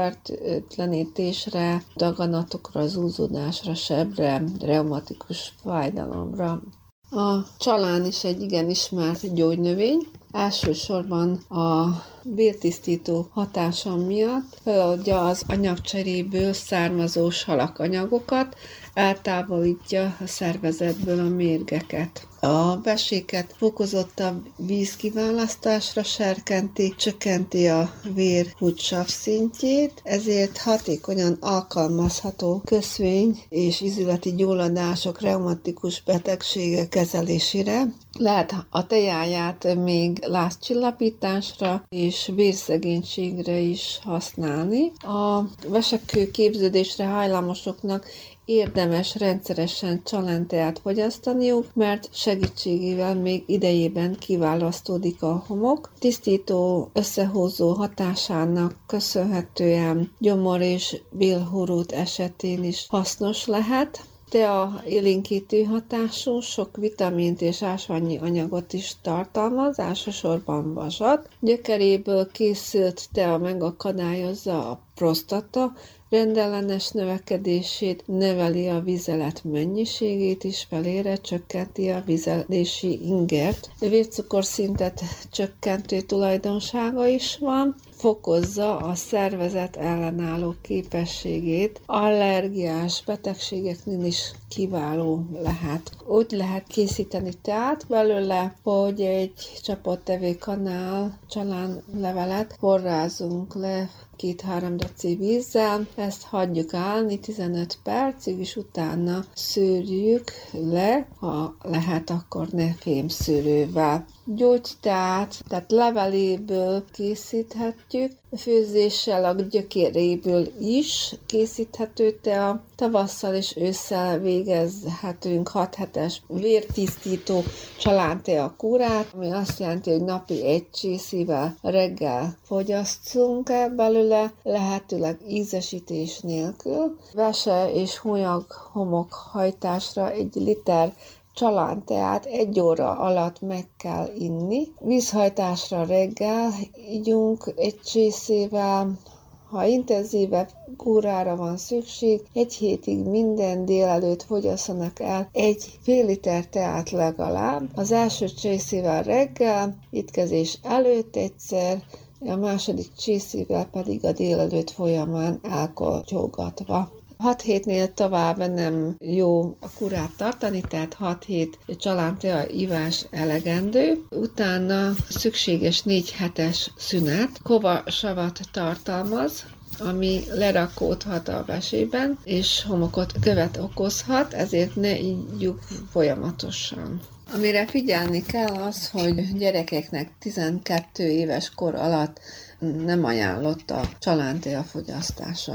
sebfertlenítésre, daganatokra, zúzódásra, sebre, reumatikus fájdalomra. A csalán is egy igen ismert gyógynövény, elsősorban a vértisztító hatása miatt feladja az anyagcseréből származó salakanyagokat, eltávolítja a szervezetből a mérgeket. A veséket fokozottabb vízkiválasztásra serkenti, csökkenti a vér húgysav szintjét, ezért hatékonyan alkalmazható köszvény és ízületi gyulladások, reumatikus betegségek kezelésére. Lehet a tejáját még lázcsillapításra és vérszegénységre is használni. A vesekő képződésre hajlamosoknak érdemes rendszeresen csalánteát fogyasztaniuk, mert segítségével még idejében kiválasztódik a homok. Tisztító, összehozó hatásának köszönhetően gyomor és bélhurút esetén is hasznos lehet. Tea élénkítő hatású, sok vitamint és ásványi anyagot is tartalmaz, elsősorban vasat. Gyökeréből készült tea megakadályozza a prostata rendellenes növekedését, növeli a vizelet mennyiségét is, felére csökkenti a vizelési ingert. A vércukorszintet csökkentő tulajdonsága is van, fokozza a szervezet ellenálló képességét, allergiás betegségeknél is kiváló lehet. Úgy lehet készíteni teát belőle, hogy egy csapott tevékanál csalánlevelet forrázunk le két-három deci vízzel, ezt hagyjuk állni tizenöt percig, és utána szűrjük le, ha lehet, akkor ne fémszűrővel. Gyógyteát, tehát leveléből készíthetjük, főzéssel a gyökéréből is készíthető tea. Tavasszal és ősszel végezhetünk hat hetes vértisztító csalántea kúrát, ami azt jelenti, hogy napi egy csészével reggel fogyasztunk el belőle, lehetőleg ízesítés nélkül. Vese és hólyag homok hajtásra egy liter csalánteát egy óra alatt meg kell inni. Vízhajtásra reggel ígyunk egy csészével, ha intenzívebb kúrára van szükség, egy hétig minden délelőtt fogyasszanak el egy fél liter teát legalább. Az első csészével reggel, étkezés előtt egyszer, a második csészével pedig a délelőtt folyamán elkoltyolgatva. hat hétnél tovább nem jó a kurát tartani, tehát hat hét csalántea ivás elegendő. Utána szükséges négy hetes szünet, kovasavat tartalmaz, ami lerakódhat a vesében, és homokot követ okozhat, ezért ne ígyjuk folyamatosan. Amire figyelni kell az, hogy gyerekeknek tizenkét éves kor alatt nem ajánlott a csalántea fogyasztása.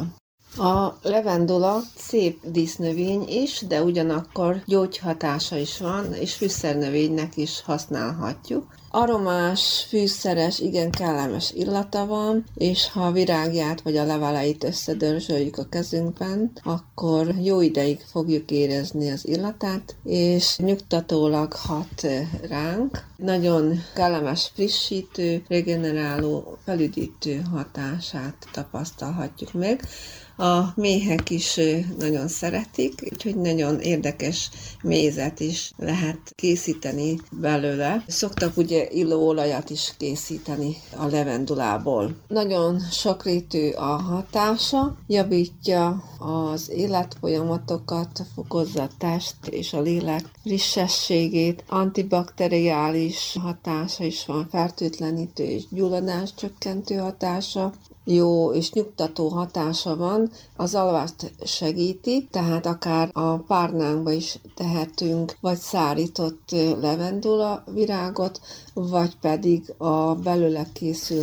A levendula szép dísznövény is, de ugyanakkor gyógyhatása is van, és fűszernövénynek is használhatjuk. Aromás, fűszeres, igen kellemes illata van, és ha a virágját vagy a leveleit összedörzsöljük a kezünkben, akkor jó ideig fogjuk érezni az illatát, és nyugtatólag hat ránk. Nagyon kellemes, frissítő, regeneráló, felüdítő hatását tapasztalhatjuk meg. A méhek is nagyon szeretik, úgyhogy nagyon érdekes mézet is lehet készíteni belőle. Szoktak ugye illóolajat is készíteni a levendulából. Nagyon sokrétű a hatása, javítja az életfolyamatokat, fokozza a test és a lélek frissességét, antibakteriális hatása is van, fertőtlenítő és gyulladás csökkentő hatása, jó és nyugtató hatása van, az alvást segíti, tehát akár a párnánkba is tehetünk, vagy szárított levendula virágot, vagy pedig a belőle készült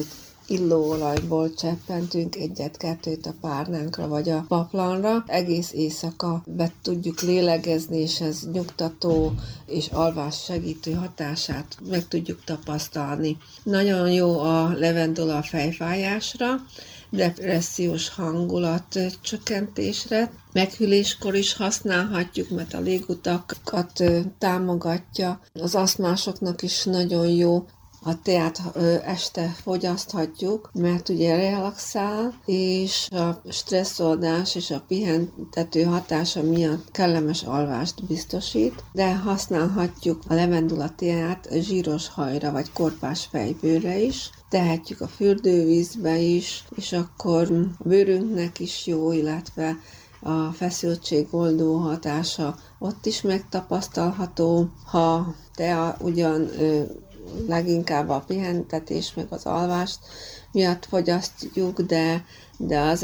illóolajból cseppentünk egyet-kettőt a párnánkra vagy a paplanra. Egész éjszaka be tudjuk lélegezni, és ez nyugtató és alvás segítő hatását meg tudjuk tapasztalni. Nagyon jó a levendula a fejfájásra, depressziós hangulat csökkentésre, meghűléskor is használhatjuk, mert a légutakat támogatja. Az asztmásoknak is nagyon jó. A teát este fogyaszthatjuk, mert ugye relaxál, és a stresszoldás és a pihentető hatása miatt kellemes alvást biztosít, de használhatjuk a levendula teát zsíros hajra vagy korpás fejbőrre is, tehetjük a fürdővízbe is, és akkor a bőrünknek is jó, illetve a feszültségoldó hatása ott is megtapasztalható. Ha tea ugyan leginkább a pihentetés meg az alvást miatt fogyasztjuk, de, de az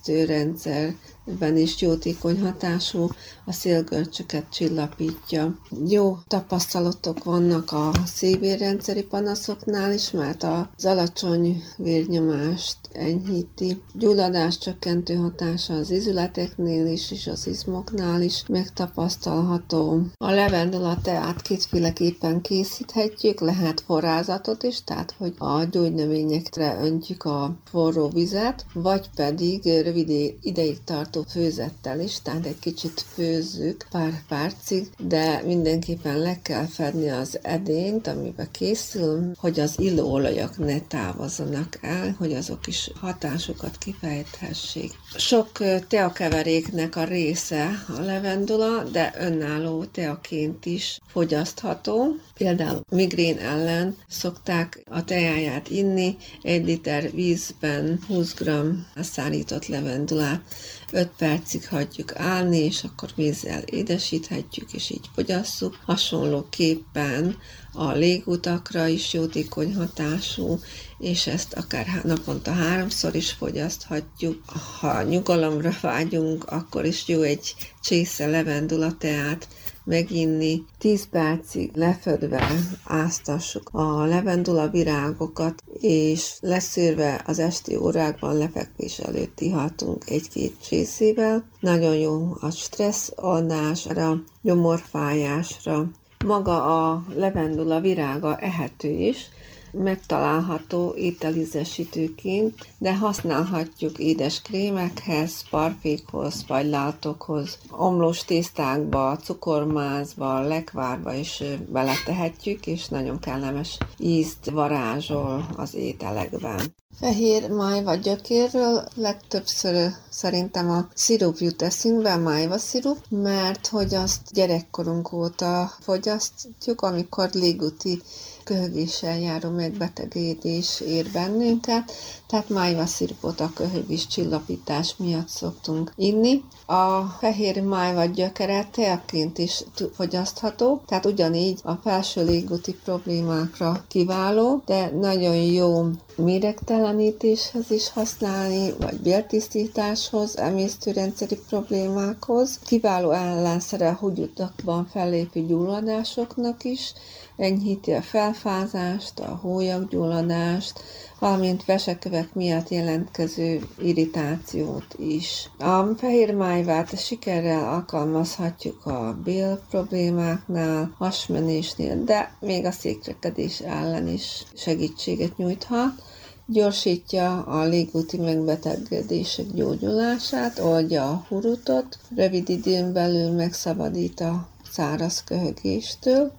emésztőrendszerben is jótékony hatású, a szélgörcsöket csillapítja. Jó tapasztalatok vannak a szívérrendszeri panaszoknál is, mert az alacsony vérnyomást enyhíti. Gyulladás csökkentő hatása az izületeknél is, és az izmoknál is megtapasztalható. A levendula teát kétféleképpen készíthetjük, lehet forrázatot is, tehát hogy a gyógynövényekre öntjük a forró vizet, vagy pedig rövid ideig tartó főzettel is, tehát egy kicsit főzzük pár percig, de mindenképpen le kell fedni az edényt, amiben készül, hogy az illóolajak ne távozzanak el, hogy azok is hatásokat kifejthessék. Sok teakeveréknek a része a levendula, de önálló teaként is fogyasztható. Például migrén ellen szokták a teáját inni, egy liter vízben húsz gramm szárított levendulát öt percig hagyjuk állni, és akkor vízzel édesíthetjük, és így fogyasszuk. Hasonlóképpen a légutakra is jótékony hatású, és ezt akár naponta háromszor is fogyaszthatjuk. Ha nyugalomra vágyunk, akkor is jó egy csésze levendula teát meginni. tíz percig lefödve áztassuk a levendula virágokat, és leszűrve az esti órákban lefekvés előtt ihatunk egy-két csészével. Nagyon jó a stresszoldásra, gyomorfájásra. Maga a levendula virága ehető is, megtalálható ételízesítőként, de használhatjuk édes krémekhez, parfékhoz vagy látokhoz, omlós tésztákba, cukormázba, lekvárba is beletehetjük, és nagyon kellemes ízt varázsol az ételekben. Fehér májva gyökérről legtöbbször szerintem a szirup jut eszünkbe, a májva szirup, mert hogy azt gyerekkorunk óta fogyasztjuk, amikor légúti köhögéssel járó megbetegedés ér bennünket, tehát májva szirupot a köhögés csillapítás miatt szoktunk inni. A fehér májva gyökere teaként is fogyasztható, tehát ugyanígy a felső légúti problémákra kiváló, de nagyon jó méregtelenítéshez is használni, vagy béltisztításhoz, emésztőrendszeri problémákhoz. Kiváló ellenszere a húgyutakban fellépő gyulladásoknak is, enyhíti a felfázást, a hólyaggyulladást, valamint vesekövek miatt jelentkező irritációt is. A fehér májvát sikerrel alkalmazhatjuk a bél problémáknál, hasmenésnél, de még a székrekedés ellen is segítséget nyújthat. Gyorsítja a légúti megbetegedések gyógyulását, oldja a hurutot, rövid időn belül megszabadít a száraz köhögéstől,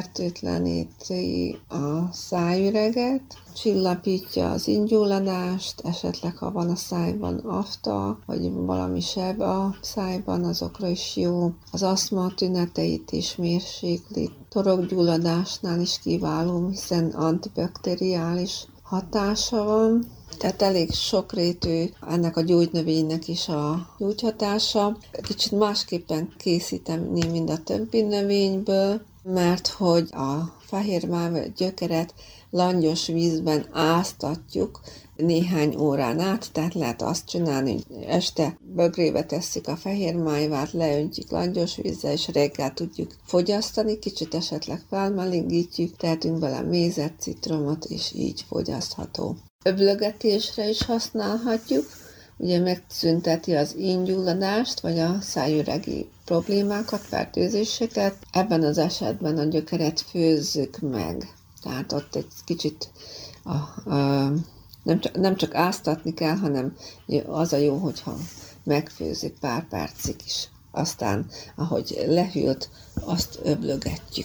fertőtleníti a szájüreget, csillapítja az ingyulladást, esetleg ha van a szájban afta, vagy valami seb a szájban, azokra is jó. Az asztma tüneteit is mérsékli. Torokgyulladásnál is kiváló, hiszen antibakteriális hatása van. Tehát elég sokrétű ennek a gyógynövénynek is a gyógyhatása. Kicsit másképpen készíteni, mint a többi növényből. Mert hogy a fehérmáv gyökeret langyos vízben áztatjuk néhány órán át, tehát lehet azt csinálni, hogy este bögrébe tesszük a fehérmájvát, leöntjük langyos vízzel, és reggel tudjuk fogyasztani, kicsit esetleg felmelegítjük, tehetünk bele mézet, citromot, és így fogyasztható. Öblögetésre is használhatjuk, ugye megszünteti az íngyulladást, vagy a szájüregi problémákat, fertőzéseket. Ebben az esetben a gyökeret főzzük meg. Tehát ott egy kicsit a, a, nem, csak, nem csak áztatni kell, hanem az a jó, hogyha megfőzzük pár percig is. Aztán, ahogy lehűlt, azt öblögetjük.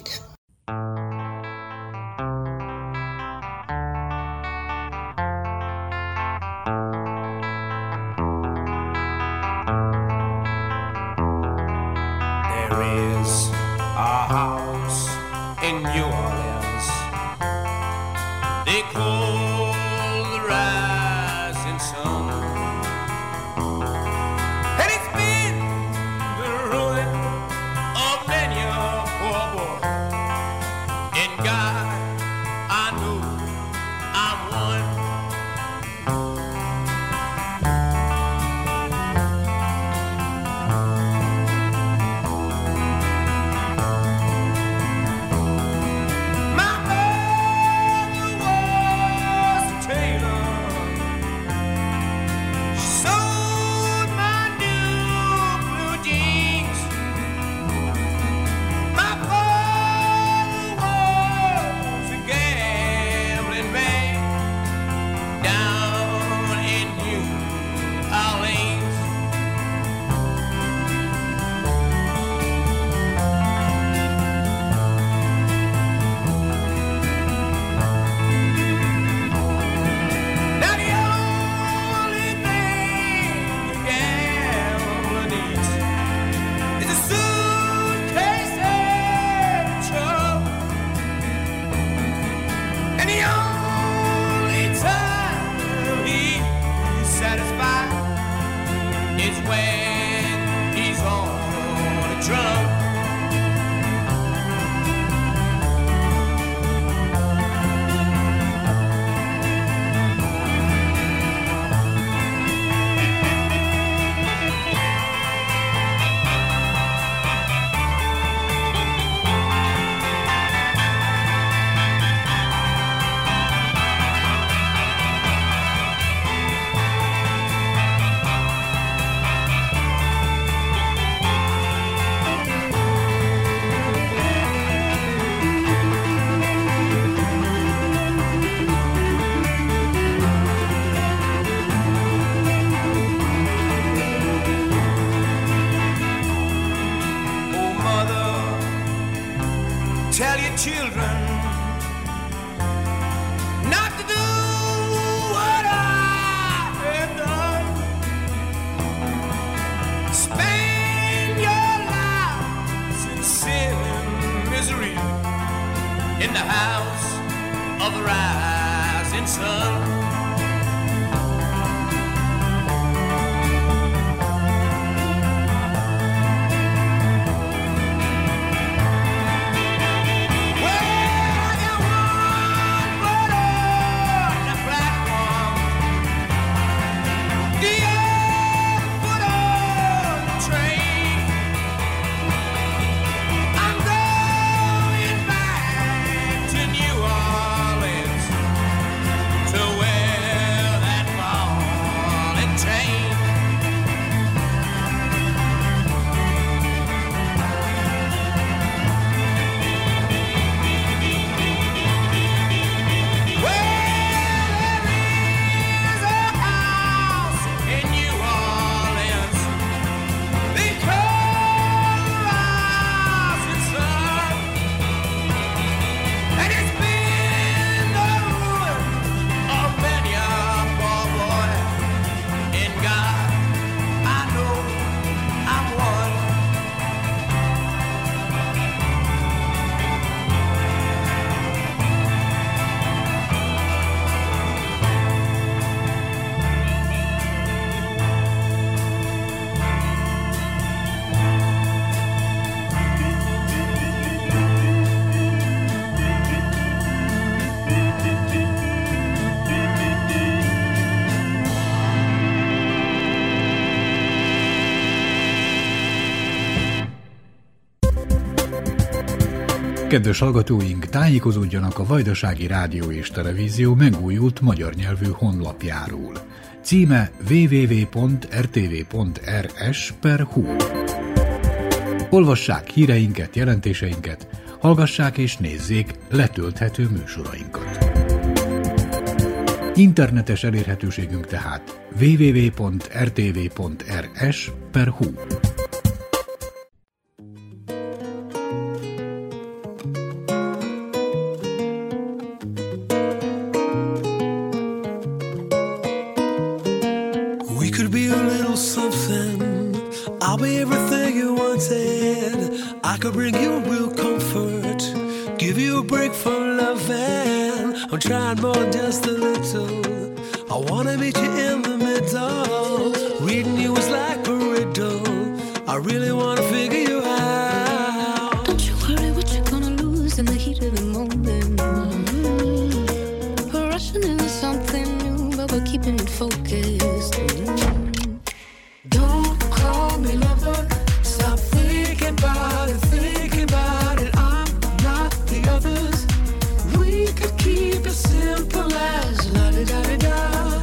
My mother was Kedves hallgatóink, tájékozódjanak a Vajdasági Rádió és Televízió megújult magyar nyelvű honlapjáról. Címe double-u double-u double-u pont r t v pont r s per hu. Olvassák híreinket, jelentéseinket, hallgassák és nézzék letölthető műsorainkat. Internetes elérhetőségünk tehát double-u double-u double-u pont r t v pont r s per hu. We could be a little something. I'll be everything you wanted. I could bring you real comfort, give you a break from loving. I'm trying more than just a little. I wanna meet you in the middle. Reading you is like a riddle. I really wanna figure you out. Don't you worry what you're gonna lose in the heat of the moment. Mm-hmm. We're rushing into something new, but we're keeping it focused. Mm-hmm. Don't call me lover. Stop thinking about it, thinking about it. I'm not the others. We could keep it simple as la di da di da.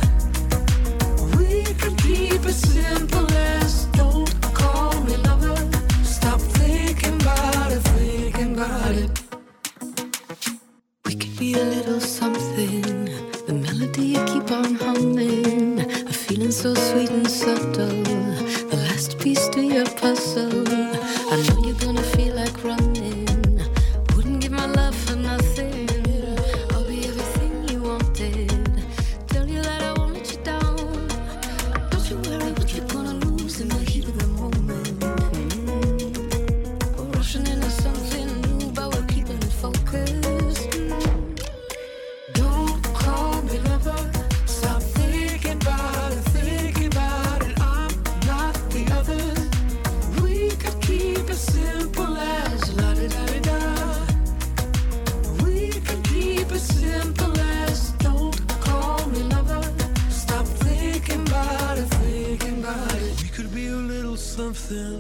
We could keep it simple as don't call me lover. Stop thinking about it, thinking about it. We could be a little something. The melody you keep on humming. A feeling so sweet and subtle. The last piece to your puzzle. I know you're gonna feel like running. Wouldn't give my love for nothing. I'll be everything you wanted. Tell you that I won't let you down. Don't you worry what you're gonna lose in the heat of the moment. Mm-hmm. We're rushing into something new, but we're keeping it focused. Mm-hmm. Don't call me lover. Stop thinking about it, thinking about it. I'm not the others. We could keep it simple as la di da di da. We could keep it simple as don't call me lover. Stop thinking about it, thinking about it. We could be a little something.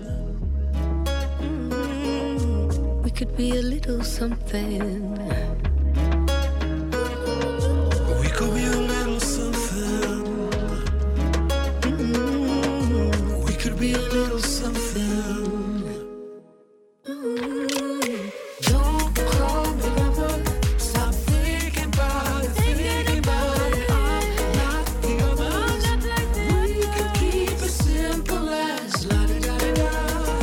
Mm-hmm. We could be a little something. We could be a little something. Mm-hmm. We could be a little something. Mm-hmm. Don't call me lover. Stop thinking about it, thinking about it. I'm not the others. We could keep it simple as la di da di da.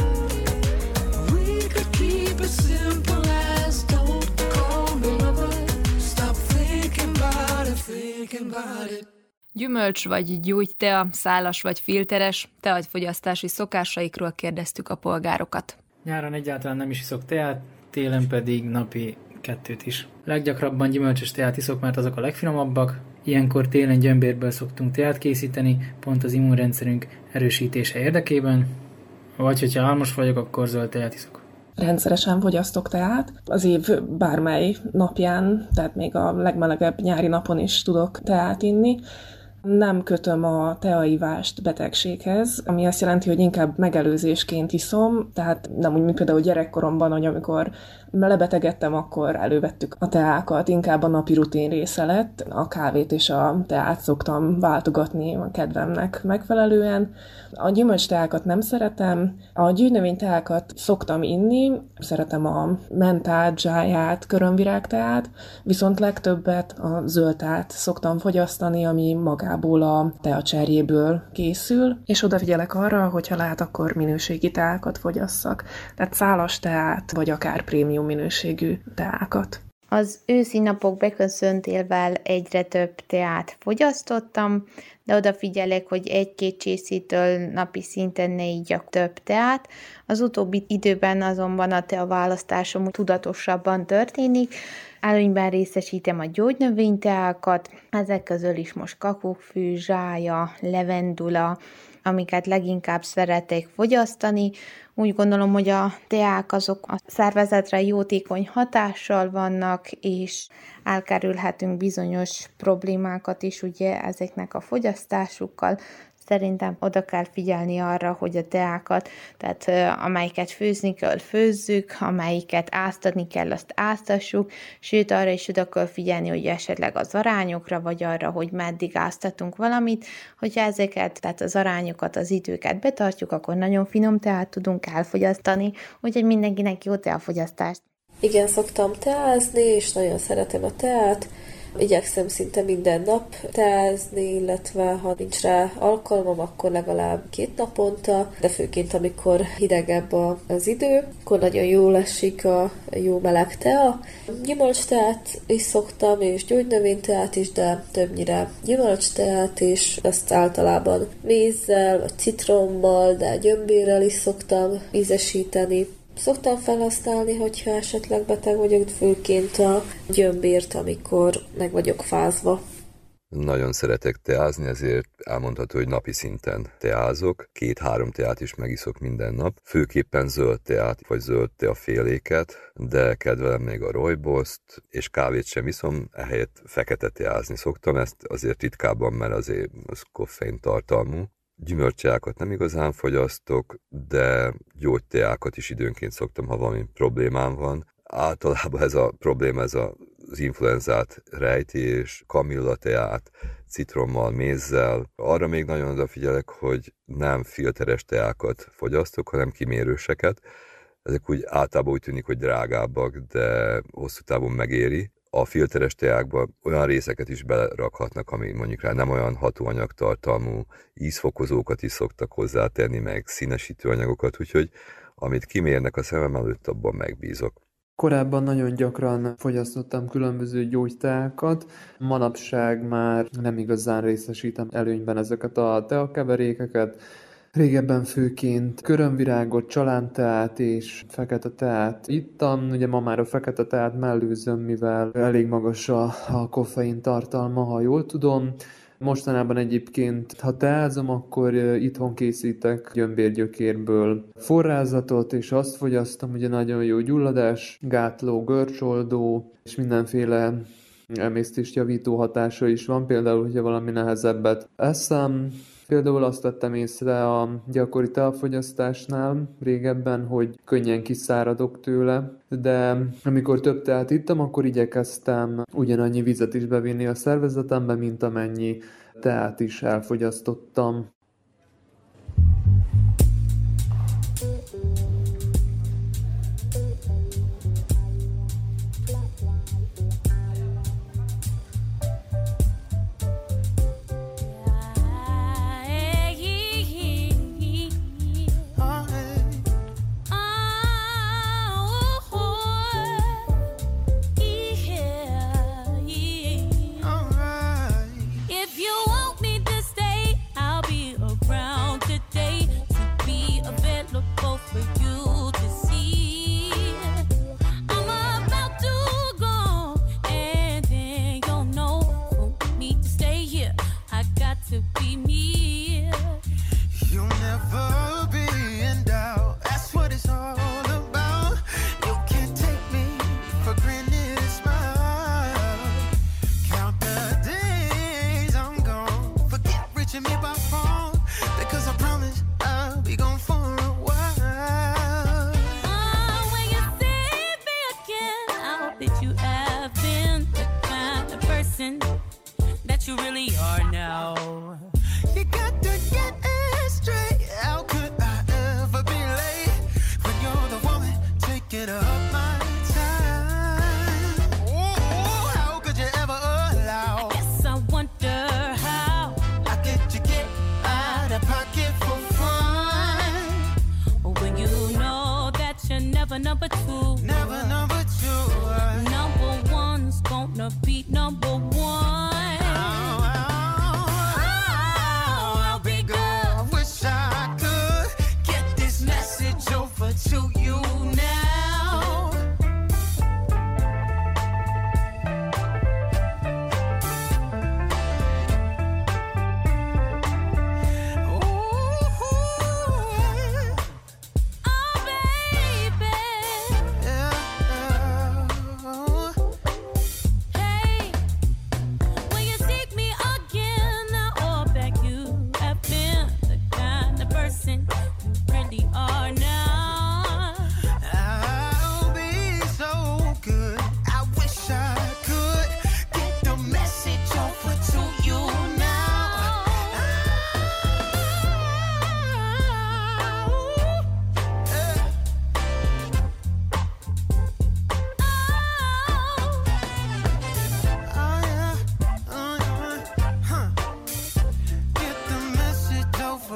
We could keep it simple as don't call me lover. Stop thinking about it, thinking about it. Gyümölcs vagy gyógytea, szálas vagy filteres, teagyfogyasztási szokásaikról kérdeztük a polgárokat. Nyáron egyáltalán nem is iszok teát, télen pedig napi kettőt is. Leggyakrabban gyümölcsös teát iszok, mert azok a legfinomabbak. Ilyenkor télen gyömbérből szoktunk teát készíteni, pont az immunrendszerünk erősítése érdekében. Vagy hogyha álmos vagyok, akkor zöld teát iszok. Rendszeresen fogyasztok teát. Az év bármely napján, tehát még a legmelegebb nyári napon is tudok teát inni. Nem kötöm a teaivást betegséghez, ami azt jelenti, hogy inkább megelőzésként iszom, tehát nem úgy, mint például gyerekkoromban, hogy amikor lebetegedtem, akkor elővettük a teákat, inkább a napi rutin része lett. A kávét és a teát szoktam váltogatni a kedvemnek megfelelően. A gyümölcsteákat nem szeretem, a gyűjtnövényteákat szoktam inni, szeretem a mentát, zsáját, körömvirágteát, viszont legtöbbet a zöld teát szoktam fogyasztani, ami magából a teacserjéből készül, és odafigyelek arra, hogyha lehet, akkor minőségi teákat fogyasszak, tehát szálas teát, vagy akár prémium minőségű teákat. Az őszi napok beköszöntélvel egyre több teát fogyasztottam, de odafigyelek, hogy egy-két csészétől napi szinten ne igyak több teát. Az utóbbi időben azonban a teaválasztásom tudatosabban történik. Előnyben részesítem a gyógynövényteákat, ezek közül is most kakukkfű, zsája, levendula, amiket leginkább szeretek fogyasztani. Úgy gondolom, hogy a teák azok a szervezetre jótékony hatással vannak, és elkerülhetünk bizonyos problémákat is ugye ezeknek a fogyasztásukkal. Szerintem oda kell figyelni arra, hogy a teákat, tehát amelyiket főzni kell, főzzük, amelyiket áztatni kell, azt áztassuk, sőt arra is oda kell figyelni, hogy esetleg az arányokra, vagy arra, hogy meddig áztatunk valamit, hogyha ezeket, tehát az arányokat, az időket betartjuk, akkor nagyon finom teát tudunk elfogyasztani, úgyhogy mindenkinek jó teafogyasztást. Igen, szoktam teázni, és nagyon szeretem a teát. Igyekszem szinte minden nap teázni, illetve ha nincs rá alkalmam, akkor legalább két naponta, de főként amikor hidegebb az idő, akkor nagyon jól esik a jó meleg tea. Gyümölcsteát is szoktam, és gyógynövényteát is, de többnyire gyümölcsteát is, azt általában mézzel, vagy citrommal, de gyömbérrel is szoktam ízesíteni. Szoktam felhasználni, hogyha esetleg beteg vagyok, főként a gyömbért, amikor meg vagyok fázva. Nagyon szeretek teázni, ezért elmondható, hogy napi szinten teázok. Két-három teát is megiszok minden nap. Főképpen zöld teát, vagy zöld teaféléket, de kedvelem még a rooiboszt, és kávét sem iszom, ehelyett fekete teázni szoktam. Ezt azért ritkábban, mert azért az koffein tartalmú. Gyümölcsteákat nem igazán fogyasztok, de gyógyteákat is időnként szoktam, ha valami problémám van. Általában ez a probléma, ez a, az influenzát rejti, és kamillateát citrommal, mézzel. Arra még nagyon odafigyelek, hogy nem filteres teákat fogyasztok, hanem kimérőseket. Ezek úgy általában úgy tűnik, hogy drágábbak, de hosszú távon megéri. A filteres teákban olyan részeket is berakhatnak, ami mondjuk rá nem olyan hatóanyagtartalmú, ízfokozókat is szoktak hozzátenni, meg színesítőanyagokat, úgyhogy amit kimérnek a szemem előtt, abban megbízok. Korábban nagyon gyakran fogyasztottam különböző gyógyteákat, manapság már nem igazán részesítem előnyben ezeket a teakeverékeket. Régebben főként körömvirágot, csalánteát és fekete teát ittam. Ugye ma már a fekete teát mellőzöm, mivel elég magas a, a koffein tartalma, ha jól tudom. Mostanában egyébként, ha teázom, akkor itthon készítek gyömbérgyökérből forrázatot, és azt fogyasztom, ugye nagyon jó gyulladás, gátló, görcsoldó, és mindenféle emésztést javító hatása is van. Például, hogyha valami nehezebbet eszem, például azt vettem észre a gyakori teafogyasztásnál régebben, hogy könnyen kiszáradok tőle, de amikor több teát ittam, akkor igyekeztem ugyanannyi vizet is bevinni a szervezetembe, mint amennyi teát is elfogyasztottam.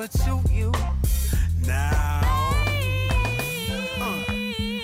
never suit you now. Uh.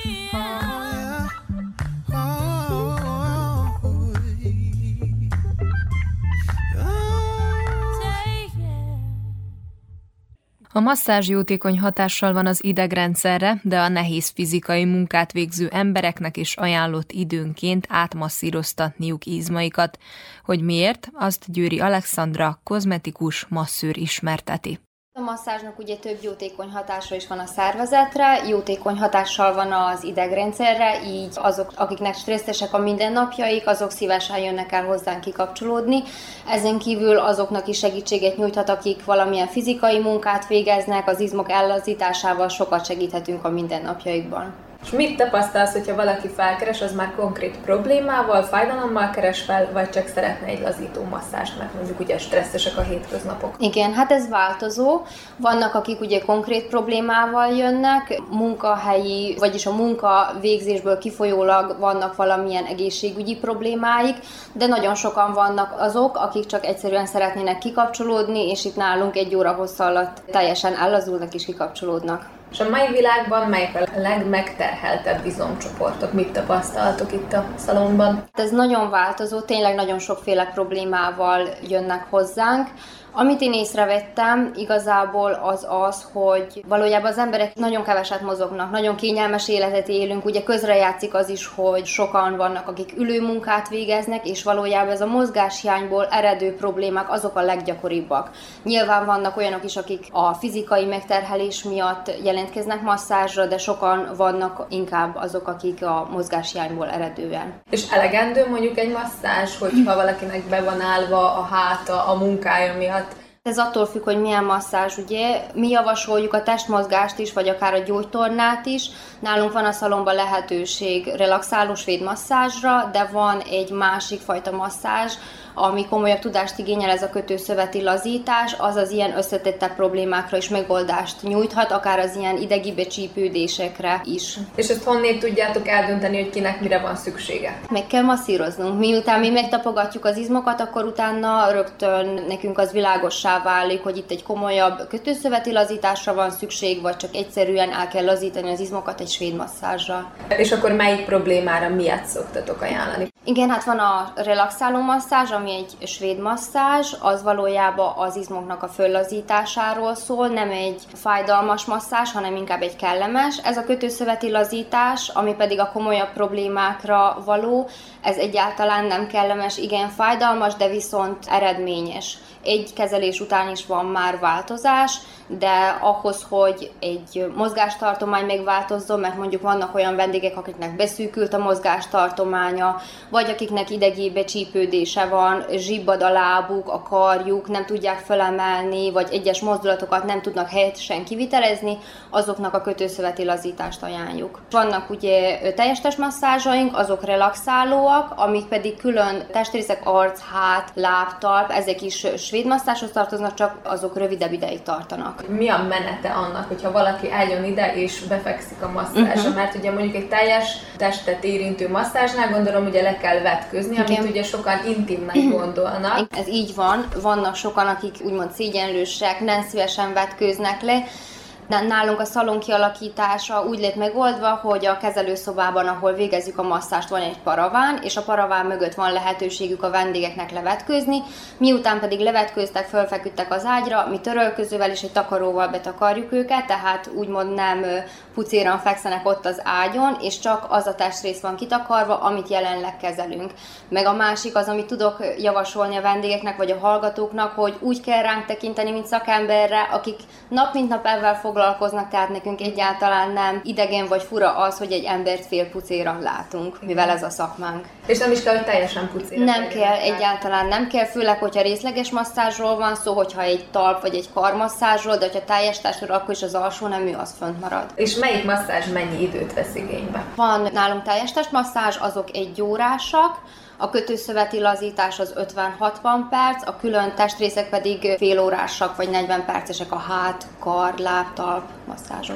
A masszázs jótékony hatással van az idegrendszerre, de a nehéz fizikai munkát végző embereknek is ajánlott időnként átmasszíroztatniuk izmaikat. Hogy miért, azt Győri Alexandra, kozmetikus masszőr ismerteti. A masszázsnak ugye több jótékony hatása is van a szervezetre, jótékony hatással van az idegrendszerre, így azok, akiknek stresszesek a mindennapjaik, azok szívesen jönnek el hozzánk kikapcsolódni. Ezen kívül azoknak is segítséget nyújthat, akik valamilyen fizikai munkát végeznek, az izmok ellazításával sokat segíthetünk a mindennapjaikban. És mit tapasztalsz, hogyha valaki felkeres, az már konkrét problémával, fájdalommal keres fel, vagy csak szeretne egy lazító masszást, mert mondjuk ugye stresszesek a hétköznapok? Igen, hát ez változó. Vannak, akik ugye konkrét problémával jönnek, munkahelyi, vagyis a munka végzésből kifolyólag vannak valamilyen egészségügyi problémáik, de nagyon sokan vannak azok, akik csak egyszerűen szeretnének kikapcsolódni, és itt nálunk egy óra hossz alatt teljesen ellazulnak és kikapcsolódnak. És a mai világban melyek a legmegterheltebb izomcsoportok? Mit tapasztaltok itt a szalonban? Ez nagyon változó, tényleg nagyon sokféle problémával jönnek hozzánk. Amit én észrevettem igazából az az, hogy valójában az emberek nagyon keveset mozognak, nagyon kényelmes életet élünk, ugye közrejátszik az is, hogy sokan vannak, akik ülőmunkát végeznek, és valójában ez a mozgáshiányból eredő problémák azok a leggyakoribbak. Nyilván vannak olyanok is, akik a fizikai megterhelés miatt jelentkeznek masszázsra, de sokan vannak inkább azok, akik a mozgáshiányból eredően. És elegendő mondjuk egy masszázs, hogyha valakinek be van állva a háta a munkája miatt? Ez attól függ, hogy milyen masszázs, ugye. Mi javasoljuk a testmozgást is, vagy akár a gyógytornát is. Nálunk van a szalonban lehetőség relaxáló svéd masszázsra, de van egy másik fajta masszázs, ami komolyabb tudást igényel, ez a kötőszöveti lazítás, az az ilyen összetettebb problémákra is megoldást nyújthat, akár az ilyen idegi becsípődésekre is. És ezt honnét tudjátok eldönteni, hogy kinek mire van szüksége? Meg kell masszíroznunk. Miután mi megtapogatjuk az izmokat, akkor utána rögtön nekünk az világossá válik, hogy itt egy komolyabb kötőszöveti lazításra van szükség, vagy csak egyszerűen el kell lazítani az izmokat egy svéd masszázsral. És akkor melyik problémára miatt szoktatok ajánlani? Igen, hát van a relaxáló masszázs, ami egy svéd masszázs, az valójában az izmoknak a föllazításáról szól, nem egy fájdalmas masszázs, hanem inkább egy kellemes. Ez a kötőszöveti lazítás, ami pedig a komolyabb problémákra való, ez egyáltalán nem kellemes, igen fájdalmas, de viszont eredményes. Egy kezelés után is van már változás, de ahhoz, hogy egy mozgástartomány megváltozzon, mert mondjuk vannak olyan vendégek, akiknek beszűkült a mozgástartománya, vagy akiknek idegi becsípődése van, zsibbad a lábuk, a karjuk, nem tudják felemelni, vagy egyes mozdulatokat nem tudnak helyesen kivitelezni, azoknak a kötőszöveti lazítást ajánljuk. Vannak ugye teljes testmasszázsaink, azok relaxálóak, amik pedig külön testrészek, arc, hát, lábtalp, ezek is svéd masszázshoz tartoznak, csak azok rövidebb ideig tartanak. Mi a menete annak, hogyha valaki eljön ide és befekszik a masszázsra? Uh-huh. Mert ugye mondjuk egy teljes testet érintő masszázsnál gondolom, ugye le kell vetközni, amit igen. ugye sokan intimnek gondolnak. Ez így van, vannak sokan, akik úgymond szégyenlősek, nem szívesen vetkőznek le. Nálunk a szalon kialakítása úgy lett megoldva, hogy a kezelőszobában, ahol végezzük a masszást, van egy paraván, és a paraván mögött van lehetőségük a vendégeknek levetkőzni. Miután pedig levetkőztek, fölfeküdtek az ágyra, mi törölközővel és egy takaróval betakarjuk őket, tehát úgymond nem pucéran fekszenek ott az ágyon, és csak az a testrész van kitakarva, amit jelenleg kezelünk. Meg a másik az, amit tudok javasolni a vendégeknek vagy a hallgatóknak, hogy úgy kell ránk tekinteni, mint szakemberre, akik nap mint nap ezzel foglalkoznak, tehát nekünk egyáltalán nem idegen vagy fura az, hogy egy embert fél pucéra látunk, mivel ez a szakmánk. És nem is kell, hogy teljesen pucéra. Nem kell, egyáltalán nem kell, főleg, hogyha részleges masszázsról van szó, hogyha egy talp vagy egy karmasszázsról, de hogyha teljes testről, akkor is az alsó nemű az fönt marad. És melyik masszázs mennyi időt vesz igénybe? Van nálunk teljes testmasszázs, azok egy órásak, a kötőszöveti lazítás az ötven-hatvan perc, a külön testrészek pedig fél órásak vagy negyven percesek, a hát, kar, láb, talp masszázsok.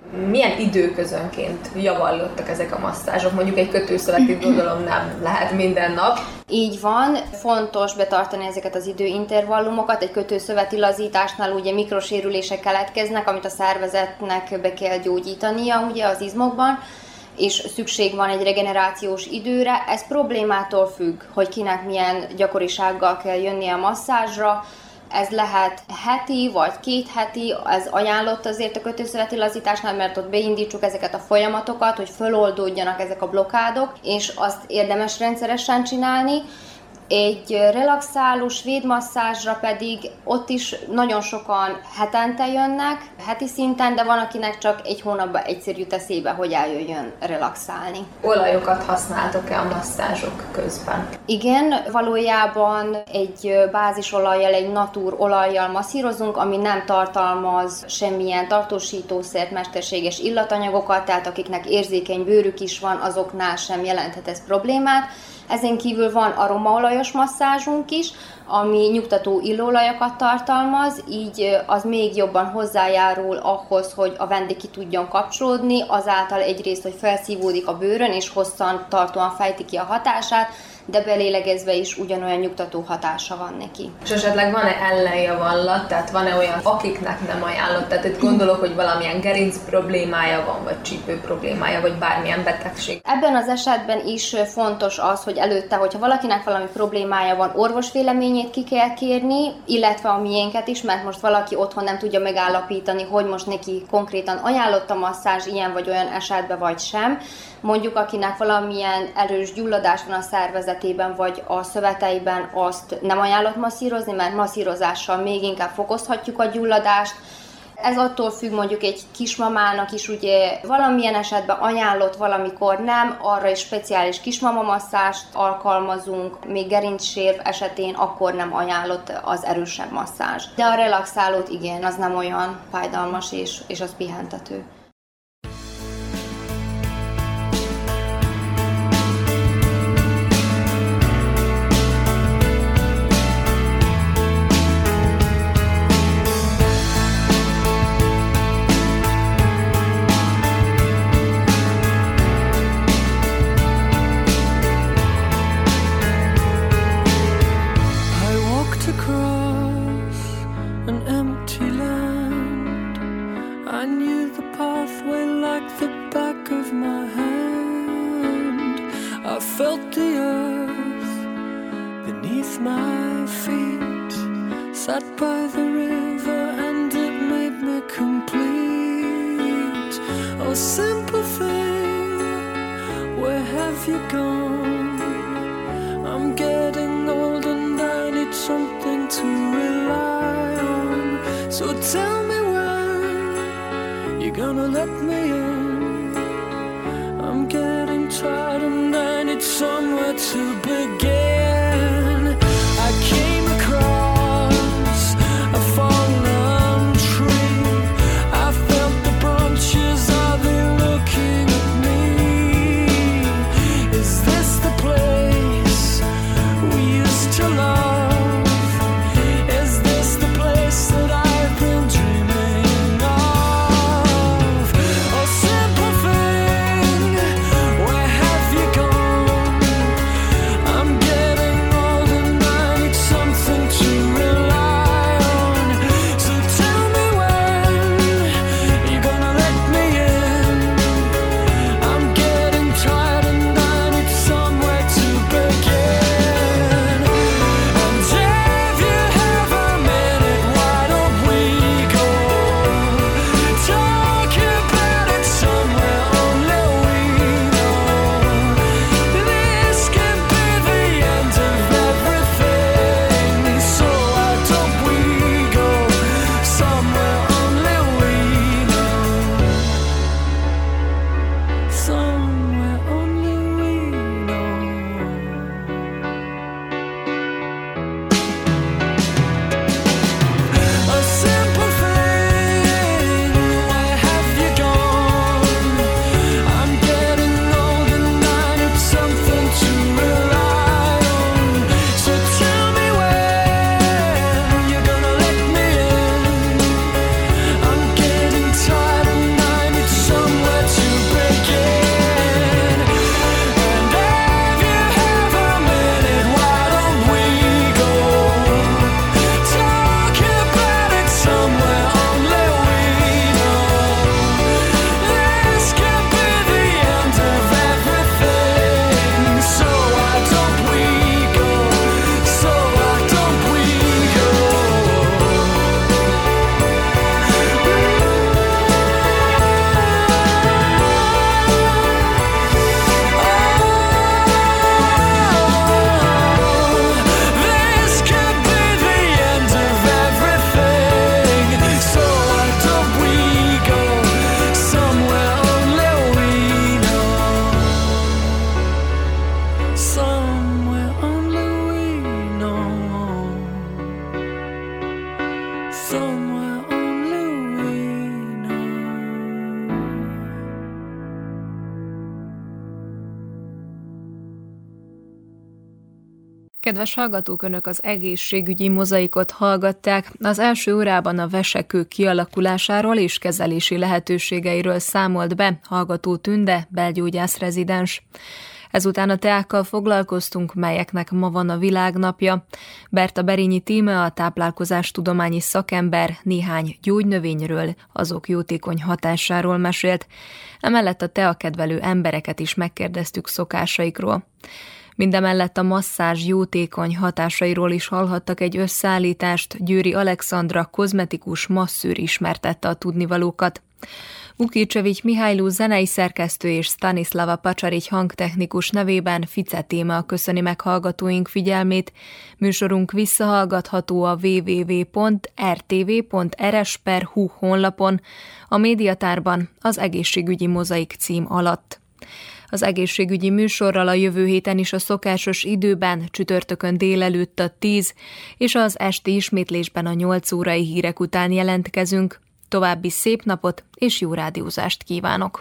Milyen időközönként javallottak ezek a masszázsok? Mondjuk egy kötőszöveti gondolom nem lehet minden nap. Így van, fontos betartani ezeket az időintervallumokat. Egy kötőszöveti lazításnál ugye mikrosérülések keletkeznek, amit a szervezetnek be kell gyógyítania ugye az izmokban, és szükség van egy regenerációs időre. Ez problémától függ, hogy kinek milyen gyakorisággal kell jönnie a masszázsra. Ez lehet heti vagy két heti, ez ajánlott azért a kötőszöveti lazításnál, mert ott beindítsuk ezeket a folyamatokat, hogy föloldódjanak ezek a blokkádok, és azt érdemes rendszeresen csinálni. Egy relaxáló svédmasszázsra pedig ott is nagyon sokan hetente jönnek, heti szinten, de van, akinek csak egy hónapban egyszer jut eszébe, hogy eljöjjön relaxálni. Olajokat használtok-e a masszázsok közben? Igen, valójában egy bázisolajjal, egy natúr olajjal masszírozunk, ami nem tartalmaz semmilyen tartósítószert, mesterséges illatanyagokat, tehát akiknek érzékeny bőrük is van, azoknál sem jelenthet ez problémát. Ezen kívül van aromaolajos masszázsunk is, ami nyugtató illóolajakat tartalmaz, így az még jobban hozzájárul ahhoz, hogy a vendég ki tudjon kapcsolódni, azáltal egyrészt, hogy felszívódik a bőrön, és hosszan tartóan fejti ki a hatását, de belélegezve is ugyanolyan nyugtató hatása van neki. És esetleg van-e ellenjavallat, tehát van-e olyan, akiknek nem ajánlott? Tehát itt gondolok, hogy valamilyen gerinc problémája van, vagy csípő problémája, vagy bármilyen betegség. Ebben az esetben is fontos az, hogy előtte, hogyha valakinek valami problémája van, orvos véleményét ki kell kérni, illetve a miénket is, mert most valaki otthon nem tudja megállapítani, hogy most neki konkrétan ajánlott a masszázs ilyen vagy olyan esetben, vagy sem. Mondjuk, akinek valamilyen erős gyulladás van a szervezetében, vagy a szöveteiben, azt nem ajánlott masszírozni, mert masszírozással még inkább fokozhatjuk a gyulladást. Ez attól függ, mondjuk egy kismamának is ugye valamilyen esetben ajánlott, valamikor nem, arra is speciális kismamamasszást alkalmazunk, még gerincsérv esetén akkor nem ajánlott az erősebb masszázs. De a relaxálót igen, az nem olyan fájdalmas és, és az pihentető. I'm getting somewhere only we know. Kedves hallgatók, Önök az egészségügyi mozaikot hallgatták. Az első órában a vesekő kialakulásáról és kezelési lehetőségeiről számolt be Hallgató Tünde, belgyógyász rezidens. Ezután a teákkal foglalkoztunk, melyeknek ma van a világnapja. Berta Berényi Tíme, a táplálkozástudományi szakember néhány gyógynövényről, azok jótékony hatásáról mesélt. Emellett a teakedvelő embereket is megkérdeztük szokásaikról. Mindemellett a masszázs jótékony hatásairól is hallhattak egy összeállítást, Győri Alexandra kozmetikus masszőr ismertette a tudnivalókat. Ukircsevics Mihályló zenei szerkesztő és Stanislava Pacsarics hangtechnikus nevében Fice Téma köszöni meg hallgatóink figyelmét. Műsorunk visszahallgatható a double-u double-u double-u pont r t v pont r s pont h u honlapon, a médiatárban az egészségügyi mozaik cím alatt. Az egészségügyi műsorral a jövő héten is a szokásos időben, csütörtökön délelőtt a tíz, és az esti ismétlésben a nyolc órai hírek után jelentkezünk. További szép napot és jó rádiózást kívánok!